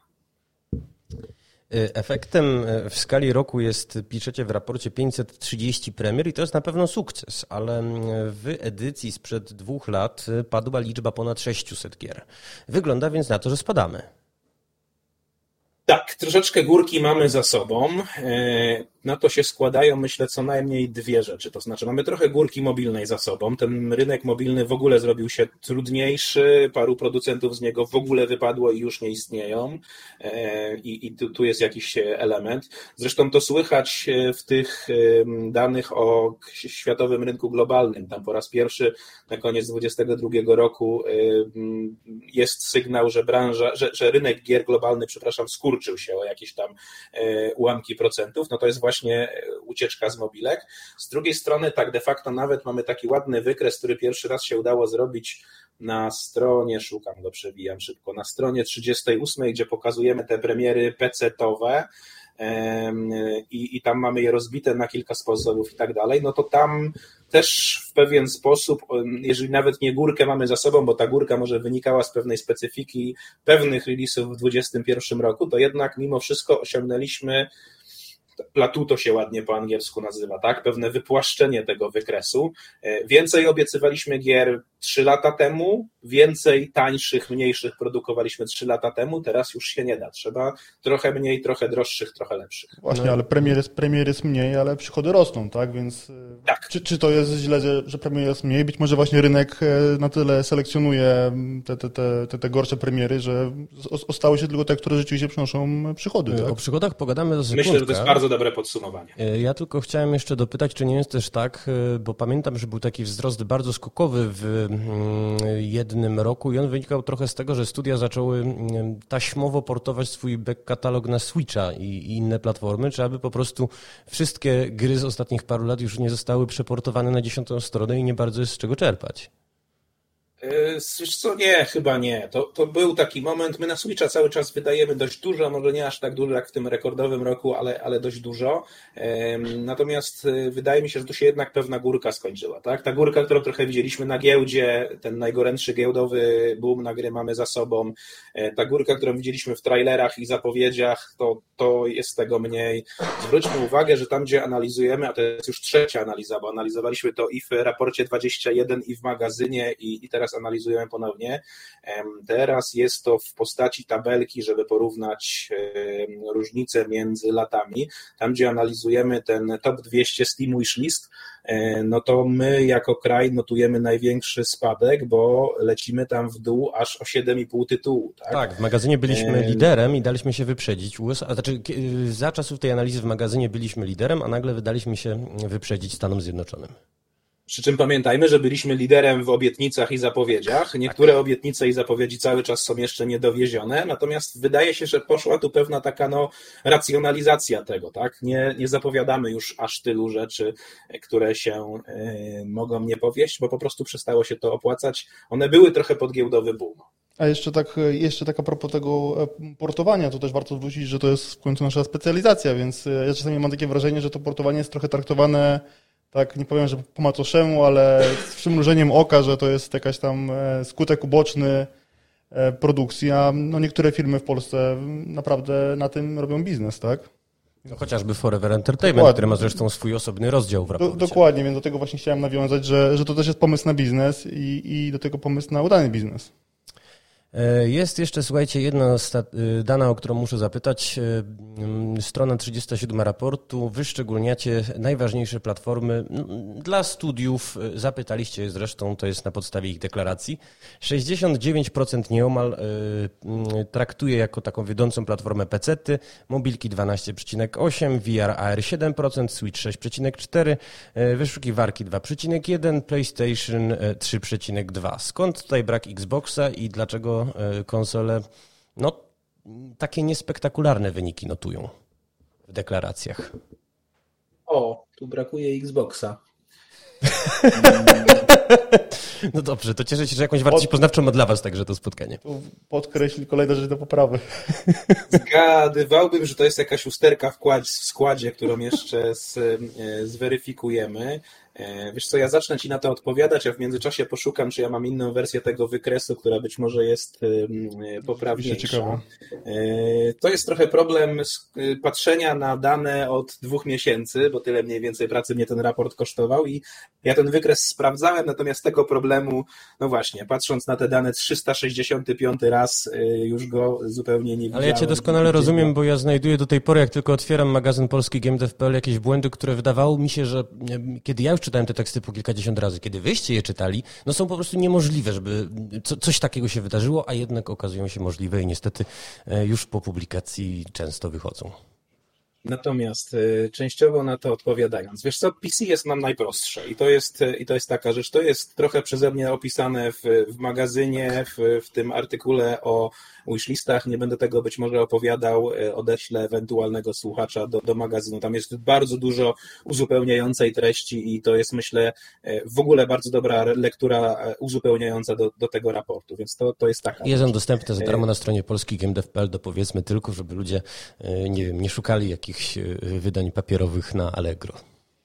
Efektem w skali roku jest, piszecie w raporcie, 530 premier i to jest na pewno sukces, ale w edycji sprzed 2 lat padła liczba ponad 600 gier. Wygląda więc na to, że spadamy. Tak, troszeczkę górki mamy za sobą. na to się składają, myślę, co najmniej dwie rzeczy. To znaczy, mamy trochę górki mobilnej za sobą. Ten rynek mobilny w ogóle zrobił się trudniejszy, paru producentów z niego w ogóle wypadło i już nie istnieją. I tu jest jakiś element. Zresztą to słychać w tych danych o światowym rynku globalnym. Tam po raz pierwszy na koniec 2022 roku jest sygnał, że że rynek gier globalny, skurczył się o jakieś tam ułamki procentów. No to jest właśnie ucieczka z mobilek. Z drugiej strony tak de facto nawet mamy taki ładny wykres, który pierwszy raz się udało zrobić na stronie, szukam go, przewijam szybko, na stronie 38, gdzie pokazujemy te premiery PC-towe i tam mamy je rozbite na kilka sposobów i tak dalej, no to tam też w pewien sposób, jeżeli nawet nie górkę mamy za sobą, bo ta górka może wynikała z pewnej specyfiki pewnych release'ów w 2021 roku, to jednak mimo wszystko osiągnęliśmy, plateau to się ładnie po angielsku nazywa, tak? Pewne wypłaszczenie tego wykresu. Więcej obiecywaliśmy gier 3 lata temu, więcej tańszych, mniejszych produkowaliśmy 3 lata temu, teraz już się nie da. Trzeba trochę mniej, trochę droższych, trochę lepszych. Właśnie, ale premier jest mniej, ale przychody rosną, tak? Więc tak. Czy to jest źle, że premier jest mniej? Być może właśnie rynek na tyle selekcjonuje te gorsze premiery, że ostały się tylko te, które rzeczywiście przynoszą przychody, tak? O przychodach pogadamy za sekundkę. Myślę, że to jest bardzo dobre podsumowanie. Ja tylko chciałem jeszcze dopytać, czy nie jest też tak, bo pamiętam, że był taki wzrost bardzo skokowy w jednym roku i on wynikał trochę z tego, że studia zaczęły taśmowo portować swój back katalog na Switcha i inne platformy, czy aby po prostu wszystkie gry z ostatnich paru lat już nie zostały przeportowane na 10. stronę i nie bardzo jest z czego czerpać. Wiesz co, nie, chyba nie. To był taki moment, my na Switcha cały czas wydajemy dość dużo, może nie aż tak dużo jak w tym rekordowym roku, ale dość dużo. Natomiast wydaje mi się, że tu się jednak pewna górka skończyła, tak? Ta górka, którą trochę widzieliśmy na giełdzie, ten najgorętszy giełdowy boom na gry mamy za sobą, ta górka, którą widzieliśmy w trailerach i zapowiedziach, to jest tego mniej. Zwróćmy uwagę, że tam, gdzie analizujemy, a to jest już trzecia analiza, bo analizowaliśmy to i w raporcie 21, i w magazynie, i teraz analizujemy ponownie. Teraz jest to w postaci tabelki, żeby porównać różnice między latami. Tam, gdzie analizujemy ten top 200 Steam Wishlist, no to my jako kraj notujemy największy spadek, bo lecimy tam w dół aż o 7,5 tytułu. Tak, w magazynie byliśmy liderem i daliśmy się wyprzedzić USA. Znaczy, za czasów tej analizy w magazynie byliśmy liderem, a nagle wydaliśmy się wyprzedzić Stanom Zjednoczonym. Przy czym pamiętajmy, że byliśmy liderem w obietnicach i zapowiedziach. Niektóre obietnice i zapowiedzi cały czas są jeszcze niedowiezione, natomiast wydaje się, że poszła tu pewna taka racjonalizacja tego, tak? Nie zapowiadamy już aż tylu rzeczy, które się mogą nie powieść, bo po prostu przestało się to opłacać. One były trochę podgiełdowy boom. A jeszcze tak a propos tego portowania, to też warto zwrócić, że to jest w końcu nasza specjalizacja, więc ja czasami mam takie wrażenie, że to portowanie jest trochę traktowane, tak, nie powiem, że po macoszemu, ale z przymrużeniem oka, że to jest jakaś tam skutek uboczny produkcji, a niektóre firmy w Polsce naprawdę na tym robią biznes, tak? No, chociażby Forever Entertainment, który ma zresztą swój osobny rozdział w raporcie. Dokładnie, więc do tego właśnie chciałem nawiązać, że to też jest pomysł na biznes i do tego pomysł na udany biznes. Jest jeszcze, słuchajcie, jedna dana, o którą muszę zapytać. Strona 37 raportu. Wyszczególniacie najważniejsze platformy dla studiów. Zapytaliście je zresztą, to jest na podstawie ich deklaracji. 69% nieomal traktuje jako taką wiodącą platformę PC-ty, mobilki 12,8%, VR AR 7%, Switch 6,4%, wyszukiwarki 2,1%, PlayStation 3,2%. Skąd tutaj brak Xboxa i dlaczego konsole takie niespektakularne wyniki notują w deklaracjach? O, tu brakuje Xboxa. No dobrze, to cieszę się, że jakąś wartość poznawczą ma dla was także to spotkanie. Podkreśl kolejne rzeczy do poprawy. Zgadywałbym, że to jest jakaś usterka w składzie, którą jeszcze zweryfikujemy. Wiesz co, ja zacznę Ci na to odpowiadać, a w międzyczasie poszukam, czy ja mam inną wersję tego wykresu, która być może jest poprawniejsza. To jest trochę problem patrzenia na dane od 2 miesięcy, bo tyle mniej więcej pracy mnie ten raport kosztował i ja ten wykres sprawdzałem, natomiast tego problemu, no właśnie, patrząc na te dane 365 raz, już go zupełnie nie widziałem. Ale ja Cię doskonale rozumiem, bo ja znajduję do tej pory, jak tylko otwieram magazyn polski GameDev.pl, jakieś błędy, które wydawało mi się, że kiedy ja już czytałem te teksty po kilkadziesiąt razy, kiedy wyście je czytali, no są po prostu niemożliwe, żeby coś takiego się wydarzyło, a jednak okazują się możliwe i niestety już po publikacji często wychodzą. Natomiast częściowo na to odpowiadając, wiesz co, PC jest nam najprostsze i to jest taka rzecz, to jest trochę przeze mnie opisane w magazynie, w tym artykule o wishlistach, nie będę tego być może opowiadał, odeślę ewentualnego słuchacza do magazynu, tam jest bardzo dużo uzupełniającej treści i to jest, myślę, w ogóle bardzo dobra lektura uzupełniająca do tego raportu, więc to jest taka. Jest on dostępny za darmo na stronie polski.gamedev.pl, dopowiedzmy tylko, żeby ludzie, nie wiem, nie szukali jakichś wydań papierowych na Allegro.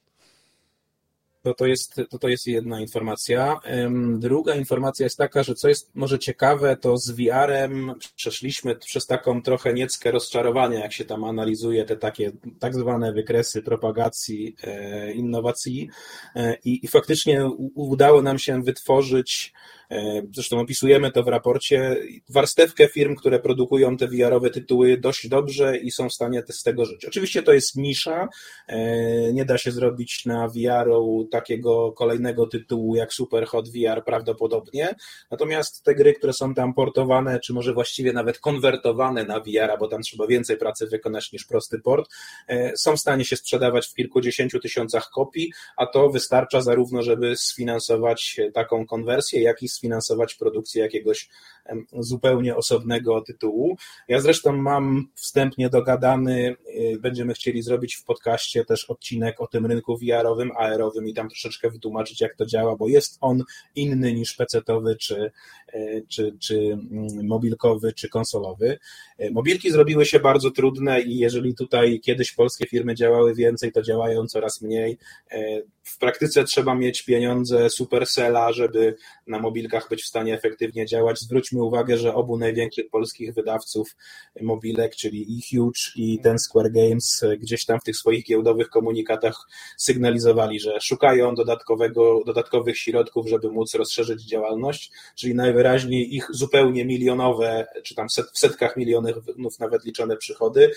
To jest jedna informacja. Druga informacja jest taka, że co jest może ciekawe, to z VR-em przeszliśmy przez taką trochę nieckę rozczarowania, jak się tam analizuje te takie tak zwane wykresy propagacji innowacji i faktycznie udało nam się wytworzyć, zresztą opisujemy to w raporcie, warstewkę firm, które produkują te VR-owe tytuły dość dobrze i są w stanie z tego żyć. Oczywiście to jest nisza, nie da się zrobić na VR-u takiego kolejnego tytułu jak Superhot VR prawdopodobnie, natomiast te gry, które są tam portowane, czy może właściwie nawet konwertowane na VR-a, bo tam trzeba więcej pracy wykonać niż prosty port, są w stanie się sprzedawać w kilkudziesięciu tysiącach kopii, a to wystarcza zarówno, żeby sfinansować taką konwersję, jak i sfinansować produkcję jakiegoś zupełnie osobnego tytułu. Ja zresztą mam wstępnie dogadany, będziemy chcieli zrobić w podcaście też odcinek o tym rynku VR-owym, AR-owym i tam troszeczkę wytłumaczyć, jak to działa, bo jest on inny niż PC-towy, czy mobilkowy, czy konsolowy. Mobilki zrobiły się bardzo trudne i jeżeli tutaj kiedyś polskie firmy działały więcej, to działają coraz mniej. W praktyce trzeba mieć pieniądze Supercella, żeby na mobilkach być w stanie efektywnie działać. Zwróćmy uwagę, że obu największych polskich wydawców mobilek, czyli Huge i Ten Square Games, gdzieś tam w tych swoich giełdowych komunikatach sygnalizowali, że szukają dodatkowych środków, żeby móc rozszerzyć działalność, czyli najwyraźniej ich zupełnie milionowe, czy tam w setkach milionów nawet liczone przychody,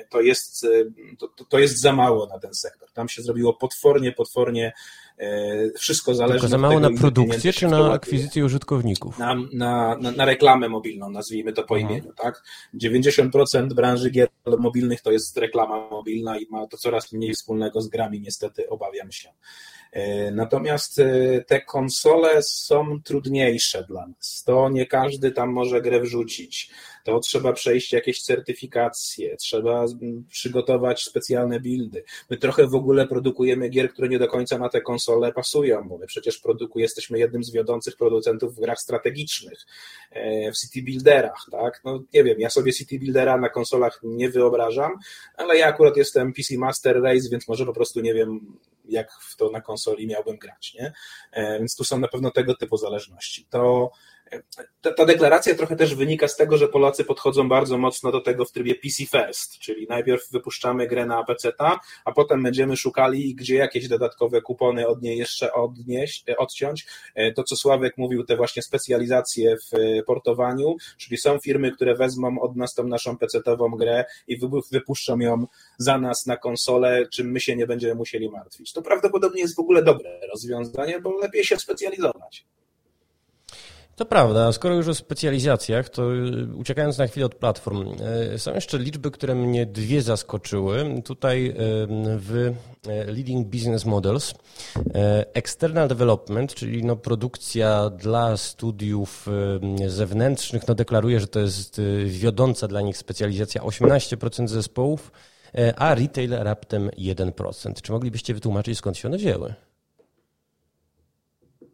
to jest za mało na ten sektor. Tam się zrobiło potwornie wszystko zależy od tego. Tylko za mało na produkcję, czy na akwizycję użytkowników? Na reklamę mobilną, nazwijmy to po imieniu, tak? 90% branży gier mobilnych to jest reklama mobilna i ma to coraz mniej wspólnego z grami, niestety, obawiam się. Natomiast te konsole są trudniejsze dla nas. To nie każdy tam może grę wrzucić. To trzeba przejść jakieś certyfikacje, trzeba przygotować specjalne buildy. My trochę w ogóle produkujemy gier, które nie do końca na te konsole pasują, bo my przecież jesteśmy jednym z wiodących producentów w grach strategicznych, w city builderach, tak? No nie wiem, ja sobie city buildera na konsolach nie wyobrażam, ale ja akurat jestem PC Master Race, więc może po prostu nie wiem, jak w to na konsoli miałbym grać, nie? Więc tu są na pewno tego typu zależności. Ta deklaracja trochę też wynika z tego, że Polacy podchodzą bardzo mocno do tego w trybie PC first, czyli najpierw wypuszczamy grę na PC-ta, a potem będziemy szukali, gdzie jakieś dodatkowe kupony od niej jeszcze odciąć. To, co Sławek mówił, te właśnie specjalizacje w portowaniu, czyli są firmy, które wezmą od nas tą naszą PC-tową grę i wypuszczą ją za nas na konsolę, czym my się nie będziemy musieli martwić. To prawdopodobnie jest w ogóle dobre rozwiązanie, bo lepiej się specjalizować. To prawda, a skoro już o specjalizacjach, to uciekając na chwilę od platform, są jeszcze liczby, które mnie dwie zaskoczyły. Tutaj w Leading Business Models External Development, czyli produkcja dla studiów zewnętrznych, deklaruje, że to jest wiodąca dla nich specjalizacja 18% zespołów, a retail raptem 1%. Czy moglibyście wytłumaczyć, skąd się one wzięły?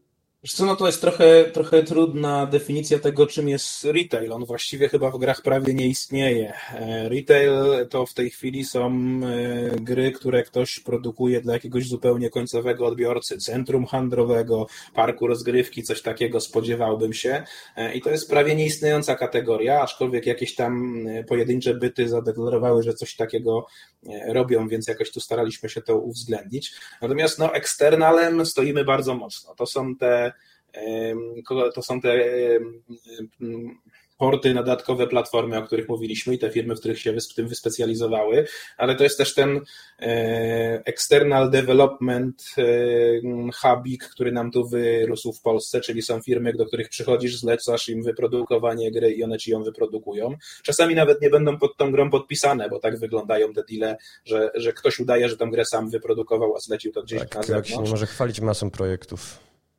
Wiesz co, no to jest trochę trudna definicja tego, czym jest retail. On właściwie chyba w grach prawie nie istnieje. Retail to w tej chwili są gry, które ktoś produkuje dla jakiegoś zupełnie końcowego odbiorcy, centrum handlowego, parku rozgrywki, coś takiego spodziewałbym się. I to jest prawie nieistniejąca kategoria, aczkolwiek jakieś tam pojedyncze byty zadeklarowały, że coś takiego robią, więc jakoś tu staraliśmy się to uwzględnić. Natomiast no, eksternalem stoimy bardzo mocno. To są te porty na dodatkowe platformy, o których mówiliśmy i te firmy, w których się w tym wyspecjalizowały, ale to jest też ten external development hubik, który nam tu wyrósł w Polsce, czyli są firmy, do których przychodzisz, zlecasz im wyprodukowanie gry i one ci ją wyprodukują. Czasami nawet nie będą pod tą grą podpisane, bo tak wyglądają te deale, że ktoś udaje, że tę grę sam wyprodukował, a zlecił to gdzieś tak, na zewnątrz. Tak się nie może chwalić masą projektów.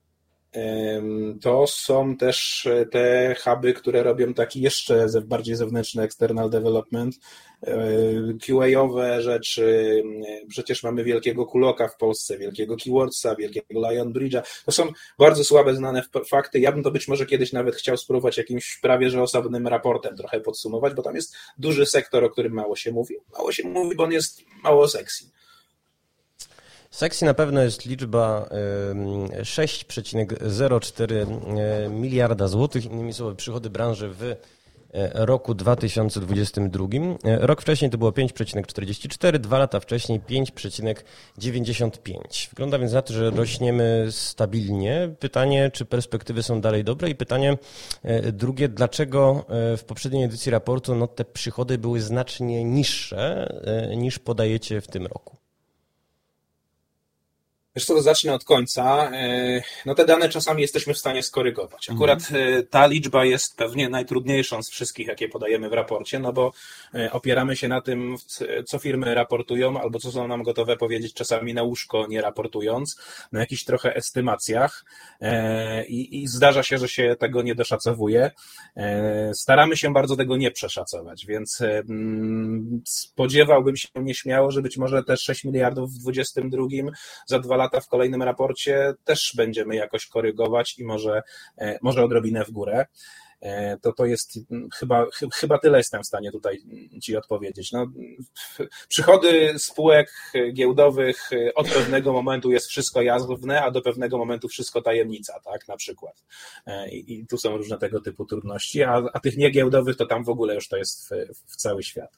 To są też te huby, które robią taki jeszcze bardziej zewnętrzny external development, QA-owe rzeczy. Przecież mamy wielkiego Kuloka w Polsce, wielkiego Keywordsa, wielkiego Lion Bridge'a. To są bardzo słabe znane fakty. Ja bym to być może kiedyś nawet chciał spróbować jakimś prawie że osobnym raportem trochę podsumować, bo tam jest duży sektor, o którym mało się mówi. Mało się mówi, bo on jest mało sexy. Sexy na pewno jest liczba 6,04 miliarda złotych, innymi słowy przychody branży w roku 2022. Rok wcześniej to było 5,44, 2 lata wcześniej 5,95. Wygląda więc na to, że rośniemy stabilnie. Pytanie, czy perspektywy są dalej dobre i pytanie drugie, dlaczego w poprzedniej edycji raportu te przychody były znacznie niższe niż podajecie w tym roku? Wiesz co, to zacznę od końca. No te dane czasami jesteśmy w stanie skorygować. Akurat ta liczba jest pewnie najtrudniejszą z wszystkich, jakie podajemy w raporcie, no bo opieramy się na tym, co firmy raportują, albo co są nam gotowe powiedzieć czasami na łóżko, nie raportując, na jakichś trochę estymacjach i zdarza się, że się tego nie doszacowuje. Staramy się bardzo tego nie przeszacować, więc spodziewałbym się nieśmiało, że być może te 6 miliardów w 2022 za 2 lata w kolejnym raporcie też będziemy jakoś korygować i może odrobinę w górę. To jest chyba tyle jestem w stanie tutaj Ci odpowiedzieć. No, przychody spółek giełdowych od pewnego momentu jest wszystko jawne, a do pewnego momentu wszystko tajemnica, tak, na przykład. I tu są różne tego typu trudności, a tych niegiełdowych to tam w ogóle już to jest w cały świat.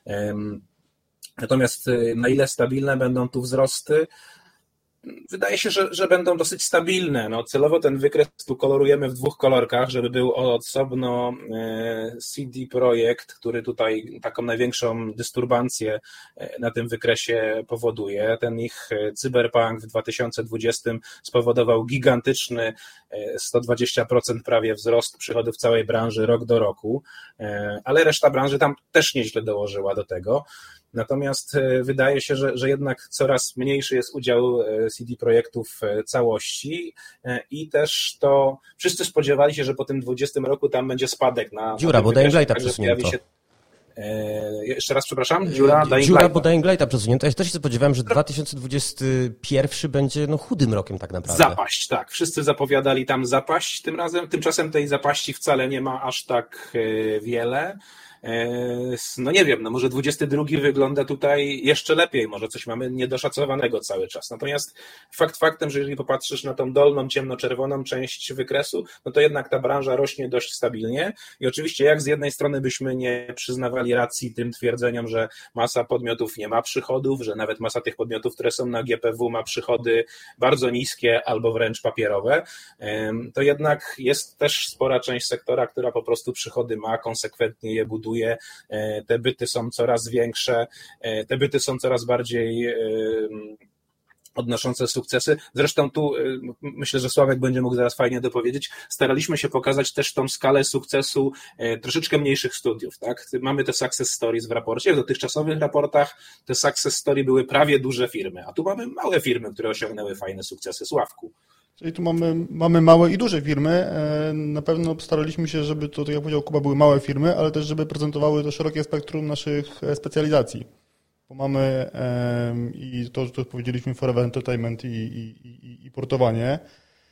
Natomiast na ile stabilne będą tu wzrosty? Wydaje się, że będą dosyć stabilne. No, celowo ten wykres tu kolorujemy w 2 kolorkach, żeby był osobno CD Projekt, który tutaj taką największą dysturbancję na tym wykresie powoduje. Ten ich Cyberpunk w 2020 spowodował gigantyczny 120% prawie wzrost przychodów całej branży rok do roku, ale reszta branży tam też nieźle dołożyła do tego. Natomiast wydaje się, że jednak coraz mniejszy jest udział CD Projektu w całości i też to wszyscy spodziewali się, że po tym 20 roku tam będzie spadek na... Dziura, bo Dying Lighta przesunięto. Jeszcze raz przepraszam? Dziura, bo Dying Lighta przesunięto. Ja też się spodziewałem, że 2021 będzie chudym rokiem tak naprawdę. Zapaść, tak. Wszyscy zapowiadali tam zapaść tym razem. Tymczasem tej zapaści wcale nie ma aż tak wiele. No nie wiem, może 22 wygląda tutaj jeszcze lepiej, może coś mamy niedoszacowanego cały czas. Natomiast fakt faktem, że jeżeli popatrzysz na tą dolną, ciemnoczerwoną część wykresu, no to jednak ta branża rośnie dość stabilnie i oczywiście jak z jednej strony byśmy nie przyznawali racji tym twierdzeniom, że masa podmiotów nie ma przychodów, że nawet masa tych podmiotów, które są na GPW ma przychody bardzo niskie albo wręcz papierowe, to jednak jest też spora część sektora, która po prostu przychody ma, konsekwentnie je buduje. Te byty są coraz większe, te byty są coraz bardziej odnoszące sukcesy. Zresztą tu myślę, że Sławek będzie mógł zaraz fajnie dopowiedzieć. Staraliśmy się pokazać też tą skalę sukcesu troszeczkę mniejszych studiów. Tak? Mamy te success stories w raporcie. W dotychczasowych raportach te success story były prawie duże firmy, a tu mamy małe firmy, które osiągnęły fajne sukcesy. Sławku. Czyli tu mamy małe i duże firmy. Na pewno staraliśmy się, żeby to, tak jak powiedział Kuba, były małe firmy, ale też żeby prezentowały to szerokie spektrum naszych specjalizacji. Bo mamy i to powiedzieliśmy Forever Entertainment i portowanie.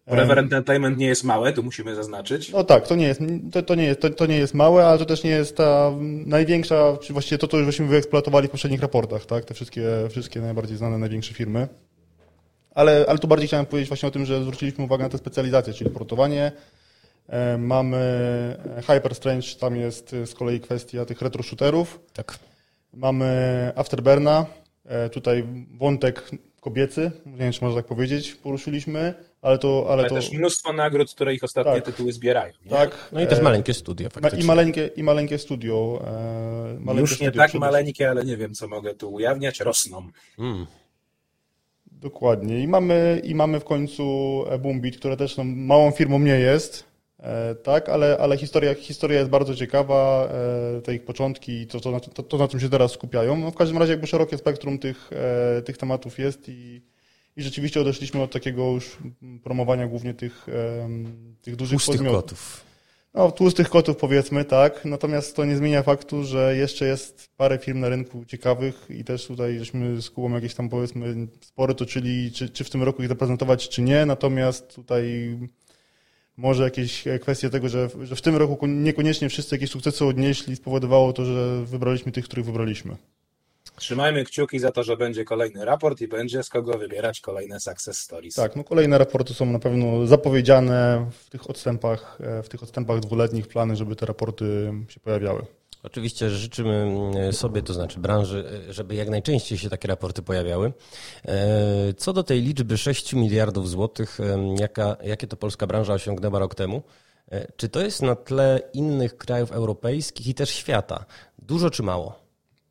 Forever Entertainment nie jest małe, tu musimy zaznaczyć. No tak, to nie jest małe, ale to też nie jest ta największa, czy właściwie to już żeśmy wyeksploatowali w poprzednich raportach, tak? Te wszystkie najbardziej znane, największe firmy. Ale tu bardziej chciałem powiedzieć właśnie o tym, że zwróciliśmy uwagę na te specjalizacje, czyli portowanie. Mamy Hyper Strange, tam jest z kolei kwestia tych retro shooterów. Tak. Mamy Afterburna, tutaj wątek kobiecy, nie wiem, czy można tak powiedzieć, poruszyliśmy, ale to też mnóstwo nagród, które ich ostatnie tytuły zbierają. Nie? Tak. No i też maleńkie studio faktycznie. I maleńkie studio. Już nie tak maleńkie, ale nie wiem, co mogę tu ujawniać, rosną. Dokładnie. I mamy w końcu Boombit, które też małą firmą nie jest, tak, ale historia jest bardzo ciekawa, te ich początki i to na czym się teraz skupiają. No w każdym razie jakby szerokie spektrum tych tematów jest i rzeczywiście odeszliśmy od takiego już promowania głównie tych dużych podmiotów. Kotów. No, tłustych kotów powiedzmy, tak. Natomiast to nie zmienia faktu, że jeszcze jest parę firm na rynku ciekawych i też tutaj żeśmy z Kubą jakieś tam powiedzmy spory toczyli, czy w tym roku ich zaprezentować, czy nie. Natomiast tutaj może jakieś kwestie tego, że w tym roku niekoniecznie wszyscy jakieś sukcesy odnieśli, spowodowało to, że wybraliśmy tych, których wybraliśmy. Trzymajmy kciuki za to, że będzie kolejny raport i będzie z kogo wybierać kolejne success stories. Tak, no kolejne raporty są na pewno zapowiedziane w tych odstępach dwuletnich, plany, żeby te raporty się pojawiały. Oczywiście życzymy sobie, to znaczy branży, żeby jak najczęściej się takie raporty pojawiały. Co do tej liczby 6 miliardów złotych, jakie to polska branża osiągnęła rok temu, czy to jest na tle innych krajów europejskich i też świata? Dużo czy mało?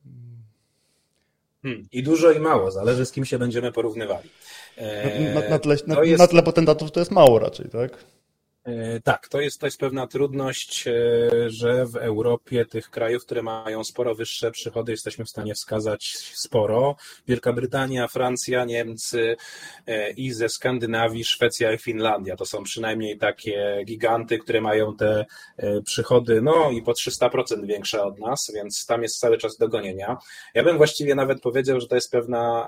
I dużo i mało, zależy z kim się będziemy porównywali. Na tle potentatów to jest mało raczej, tak? Tak, to jest pewna trudność, że w Europie tych krajów, które mają sporo wyższe przychody, jesteśmy w stanie wskazać sporo. Wielka Brytania, Francja, Niemcy i ze Skandynawii Szwecja i Finlandia. To są przynajmniej takie giganty, które mają te przychody no i po 300% większe od nas, więc tam jest cały czas do gonienia. Ja bym właściwie nawet powiedział, że to jest pewna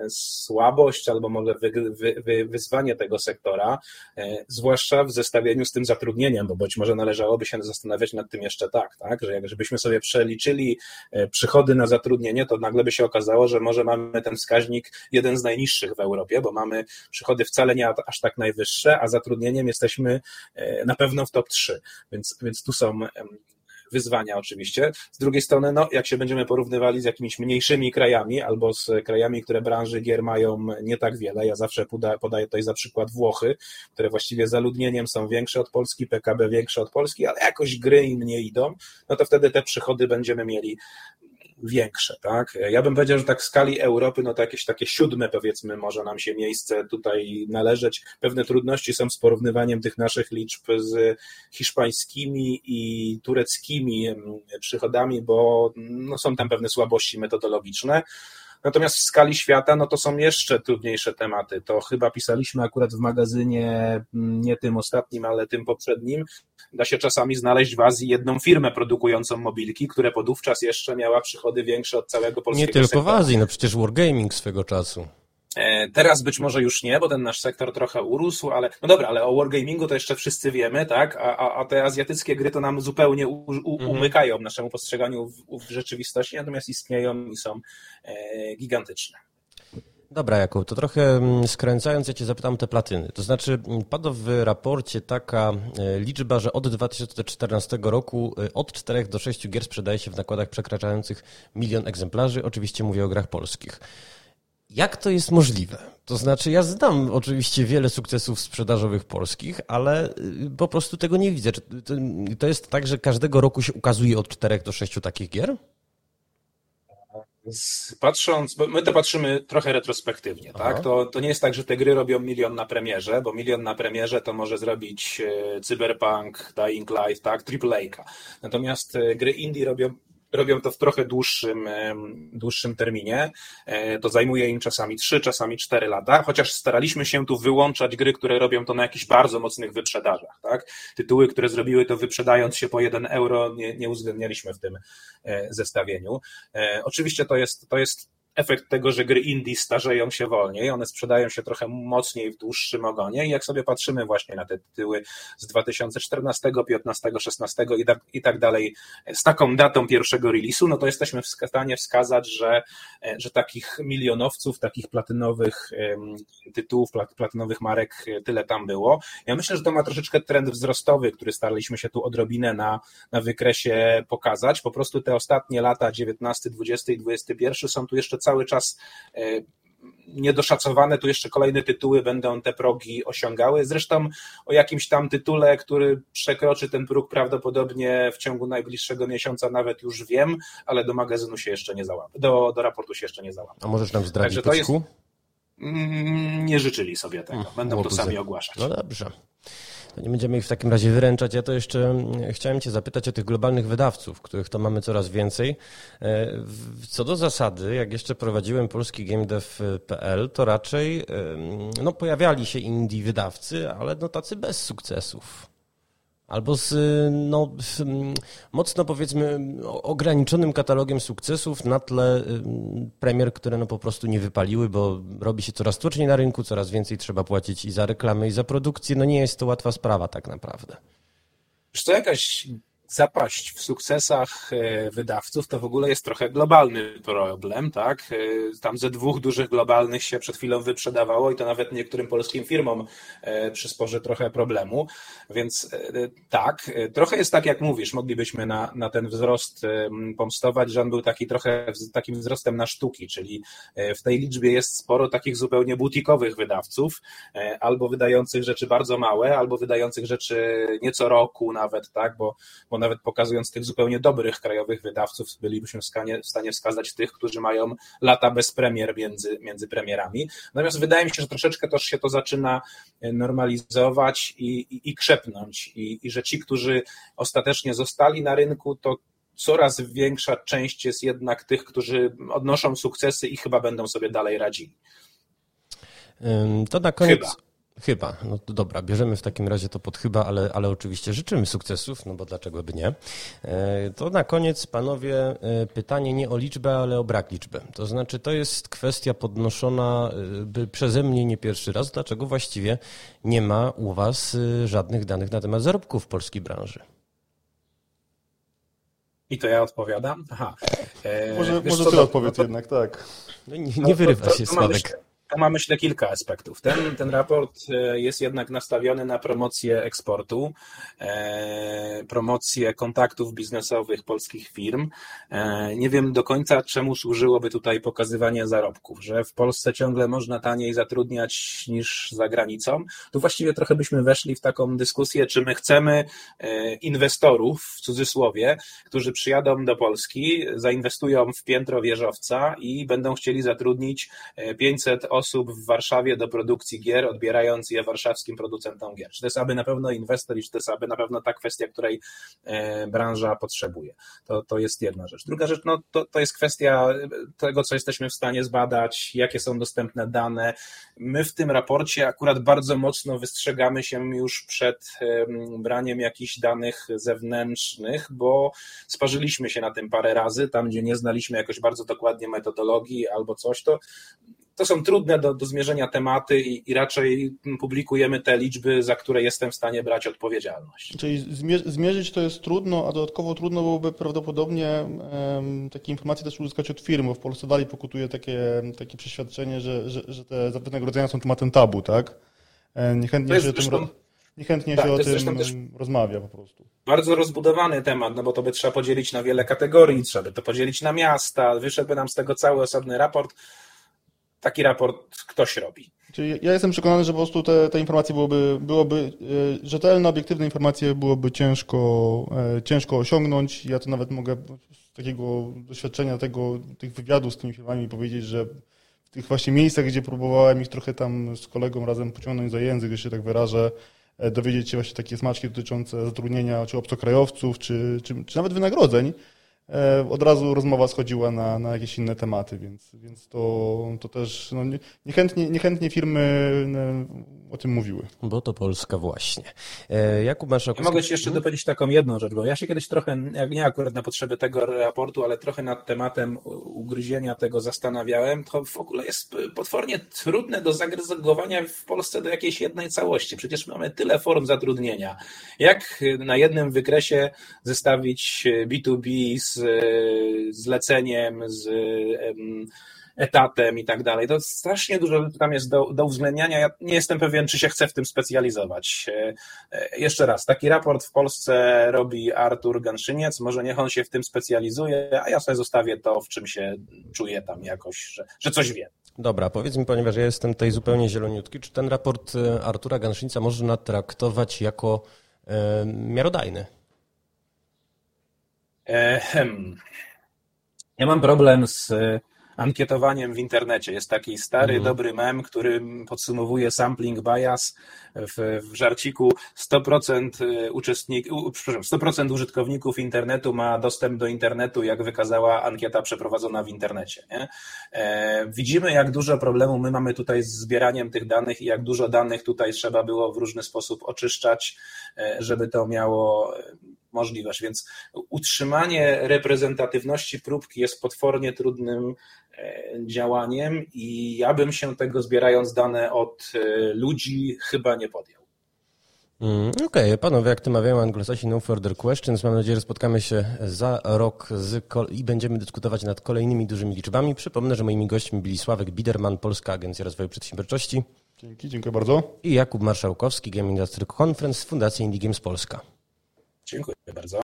słabość albo może wyzwanie tego sektora, zwłaszcza w zestawieniu z tym zatrudnieniem, bo być może należałoby się zastanawiać nad tym jeszcze tak, że jakbyśmy sobie przeliczyli przychody na zatrudnienie, to nagle by się okazało, że może mamy ten wskaźnik jeden z najniższych w Europie, bo mamy przychody wcale nie aż tak najwyższe, a zatrudnieniem jesteśmy na pewno w top 3, więc tu są wyzwania oczywiście. Z drugiej strony, no, jak się będziemy porównywali z jakimiś mniejszymi krajami albo z krajami, które branży gier mają nie tak wiele, ja zawsze podaję tutaj za przykład Włochy, które właściwie zaludnieniem są większe od Polski, PKB większe od Polski, ale jakoś gry im nie idą, no to wtedy te przychody będziemy mieli większe, tak? Ja bym powiedział, że tak w skali Europy, no to jakieś takie 7 powiedzmy może nam się miejsce tutaj należeć. Pewne trudności są z porównywaniem tych naszych liczb z hiszpańskimi i tureckimi przychodami, bo no, są tam pewne słabości metodologiczne. Natomiast w skali świata, no to są jeszcze trudniejsze tematy. To chyba pisaliśmy akurat w magazynie, nie tym ostatnim, ale tym poprzednim. Da się czasami znaleźć w Azji jedną firmę produkującą mobilki, która podówczas jeszcze miała przychody większe od całego polskiego sektora. Nie tylko sektora. w Azji, no przecież Wargaming swego czasu. Teraz być może już nie, bo ten nasz sektor trochę urósł, ale no dobra, ale o Wargamingu to jeszcze wszyscy wiemy, tak? A te azjatyckie gry to nam zupełnie umykają naszemu postrzeganiu w rzeczywistości, natomiast istnieją i są gigantyczne. Dobra, Jakub, to trochę skręcając, ja Cię zapytam te platyny. To znaczy, padła w raporcie taka liczba, że od 2014 roku od 4 do 6 gier sprzedaje się w nakładach przekraczających 1 000 000 egzemplarzy. Oczywiście mówię o grach polskich. Jak to jest możliwe? To znaczy, ja znam oczywiście wiele sukcesów sprzedażowych polskich, ale po prostu tego nie widzę. Czy to jest tak, że każdego roku się ukazuje od 4 do 6 takich gier? Patrząc, bo my to patrzymy trochę retrospektywnie, tak? To nie jest tak, że te gry robią 1 000 000 na premierze, bo 1 000 000 na premierze to może zrobić Cyberpunk, Dying Light, tak? AAA-ka. Natomiast gry indie robią to w trochę dłuższym terminie. To zajmuje im czasami 3, czasami 4 lata, chociaż staraliśmy się tu wyłączać gry, które robią to na jakichś bardzo mocnych wyprzedażach. Tak? Tytuły, które zrobiły to wyprzedając się po 1 euro, nie uwzględnialiśmy w tym zestawieniu. Oczywiście to jest efekt tego, że gry indie starzeją się wolniej, one sprzedają się trochę mocniej w dłuższym ogonie i jak sobie patrzymy właśnie na te tytuły z 2014, 15, 16 i tak dalej, z taką datą pierwszego release'u, no to jesteśmy w stanie wskazać, że takich milionowców, takich platynowych tytułów, platynowych marek tyle tam było. Ja myślę, że to ma troszeczkę trend wzrostowy, który staraliśmy się tu odrobinę na wykresie pokazać. Po prostu te ostatnie lata, 19, 20 i 21 są tu jeszcze cały czas niedoszacowane, tu jeszcze kolejne tytuły będą te progi osiągały. Zresztą o jakimś tam tytule, który przekroczy ten próg prawdopodobnie w ciągu najbliższego miesiąca nawet już wiem, ale do magazynu się jeszcze nie załapał, do raportu się jeszcze nie załapał. A możesz nam zdradzić Piotrku? Nie życzyli sobie tego, będą to sami ogłaszać. No dobrze. To nie będziemy ich w takim razie wyręczać. Ja to jeszcze chciałem Cię zapytać o tych globalnych wydawców, których to mamy coraz więcej. Co do zasady, jak jeszcze prowadziłem polski GameDev.pl, to raczej pojawiali się indie wydawcy, ale tacy bez sukcesów. Albo z mocno, powiedzmy, ograniczonym katalogiem sukcesów na tle premier, które po prostu nie wypaliły, bo robi się coraz tłoczniej na rynku, coraz więcej trzeba płacić i za reklamę, i za produkcję. Nie jest to łatwa sprawa tak naprawdę. Wiesz co, jakaś zapaść w sukcesach wydawców to w ogóle jest trochę globalny problem, tak? Tam ze 2 dużych globalnych się przed chwilą wyprzedawało i to nawet niektórym polskim firmom przysporzy trochę problemu, więc tak, trochę jest tak jak mówisz, moglibyśmy na ten wzrost pomstować, że on był taki trochę takim wzrostem na sztuki, czyli w tej liczbie jest sporo takich zupełnie butikowych wydawców, albo wydających rzeczy bardzo małe, albo wydających rzeczy nie co roku nawet, tak, bo nawet pokazując tych zupełnie dobrych krajowych wydawców, bylibyśmy w stanie wskazać tych, którzy mają lata bez premier między premierami. Natomiast wydaje mi się, że troszeczkę też się to zaczyna normalizować i krzepnąć i że ci, którzy ostatecznie zostali na rynku, to coraz większa część jest jednak tych, którzy odnoszą sukcesy i chyba będą sobie dalej radzili. To na koniec... Chyba. No to dobra, bierzemy w takim razie to pod chyba, ale oczywiście życzymy sukcesów, bo dlaczego by nie. To na koniec, panowie, pytanie nie o liczbę, ale o brak liczby. To znaczy, to jest kwestia podnoszona przeze mnie nie pierwszy raz. Dlaczego właściwie nie ma u was żadnych danych na temat zarobków w polskiej branży? I to ja odpowiadam? Aha. Może ty odpowiedz jednak, tak. No nie wyrywa się, Sławek. To ma, myślę, kilka aspektów. Ten raport jest jednak nastawiony na promocję eksportu, promocję kontaktów biznesowych polskich firm. Nie wiem do końca, czemu służyłoby tutaj pokazywanie zarobków, że w Polsce ciągle można taniej zatrudniać niż za granicą. Tu właściwie trochę byśmy weszli w taką dyskusję, czy my chcemy inwestorów, w cudzysłowie, którzy przyjadą do Polski, zainwestują w piętro wieżowca i będą chcieli zatrudnić 500 osób w Warszawie do produkcji gier, odbierając je warszawskim producentom gier. Czy to jest aby na pewno inwestor i czy to jest aby na pewno ta kwestia, której branża potrzebuje. To jest jedna rzecz. Druga rzecz, to jest kwestia tego, co jesteśmy w stanie zbadać, jakie są dostępne dane. My w tym raporcie akurat bardzo mocno wystrzegamy się już przed braniem jakichś danych zewnętrznych, bo sparzyliśmy się na tym parę razy, tam gdzie nie znaliśmy jakoś bardzo dokładnie metodologii albo coś, to są trudne do zmierzenia tematy i raczej publikujemy te liczby, za które jestem w stanie brać odpowiedzialność. Czyli zmierzyć to jest trudno, a dodatkowo trudno byłoby prawdopodobnie takie informacje też uzyskać od firmy. W Polsce dalej pokutuje takie przeświadczenie, że te wynagrodzenia są tematem tabu, tak? Niechętnie się o tym rozmawia po prostu. Bardzo rozbudowany temat, bo to by trzeba podzielić na wiele kategorii, trzeba by to podzielić na miasta, wyszedłby nam z tego cały osobny raport. Taki raport ktoś robi. Czyli ja jestem przekonany, że po prostu te informacje byłoby rzetelne, obiektywne informacje byłoby ciężko osiągnąć. Ja to nawet mogę z takiego doświadczenia tych wywiadów z tymi firmami powiedzieć, że w tych właśnie miejscach, gdzie próbowałem ich trochę tam z kolegą razem pociągnąć za język, że się tak wyrażę, dowiedzieć się właśnie takie smaczki dotyczące zatrudnienia czy obcokrajowców, czy nawet wynagrodzeń, od razu rozmowa schodziła na jakieś inne tematy, więc to też niechętnie firmy o tym mówiły. Bo to Polska właśnie. Jakub Marszałkowski. Ja mogę Ci jeszcze dopowiedzieć taką jedną rzecz, bo ja się kiedyś trochę, nie akurat na potrzeby tego raportu, ale trochę nad tematem ugryzienia tego zastanawiałem. To w ogóle jest potwornie trudne do zagregowania w Polsce do jakiejś jednej całości. Przecież mamy tyle form zatrudnienia. Jak na jednym wykresie zestawić B2B z zleceniem, z etatem i tak dalej. To strasznie dużo tam jest do uwzględniania. Ja nie jestem pewien, czy się chcę w tym specjalizować. Jeszcze raz, taki raport w Polsce robi Artur Ganszyniec, może niech on się w tym specjalizuje, a ja sobie zostawię to, w czym się czuję tam jakoś, że coś wiem. Dobra, powiedz mi, ponieważ ja jestem tutaj zupełnie zieloniutki, czy ten raport Artura Ganszyńca można traktować jako miarodajny? Ja mam problem z ankietowaniem w internecie. Jest taki stary, dobry mem, który podsumowuje sampling bias w żarciku. 100% użytkowników internetu ma dostęp do internetu, jak wykazała ankieta przeprowadzona w internecie. Nie? Widzimy, jak dużo problemu my mamy tutaj z zbieraniem tych danych i jak dużo danych tutaj trzeba było w różny sposób oczyszczać, żeby to miało możliwość, więc utrzymanie reprezentatywności próbki jest potwornie trudnym działaniem i ja bym się tego, zbierając dane od ludzi, chyba nie podjął. Okej, panowie, jak to mawiają Anglosasi, no further questions. Mam nadzieję, że spotkamy się za rok i będziemy dyskutować nad kolejnymi dużymi liczbami. Przypomnę, że moimi gośćmi byli Sławek Biderman, Polska Agencja Rozwoju Przedsiębiorczości. Dziękuję bardzo. I Jakub Marszałkowski, Game Industry Conference z Fundacji Indie Games Polska. Dziękuję bardzo.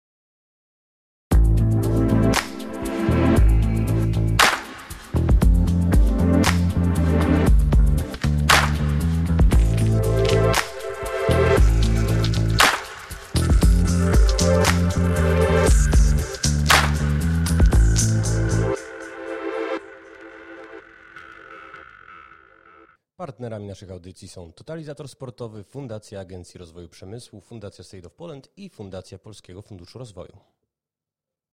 Partnerami naszych audycji są Totalizator Sportowy, Fundacja Agencji Rozwoju Przemysłu, Fundacja State of Poland i Fundacja Polskiego Funduszu Rozwoju.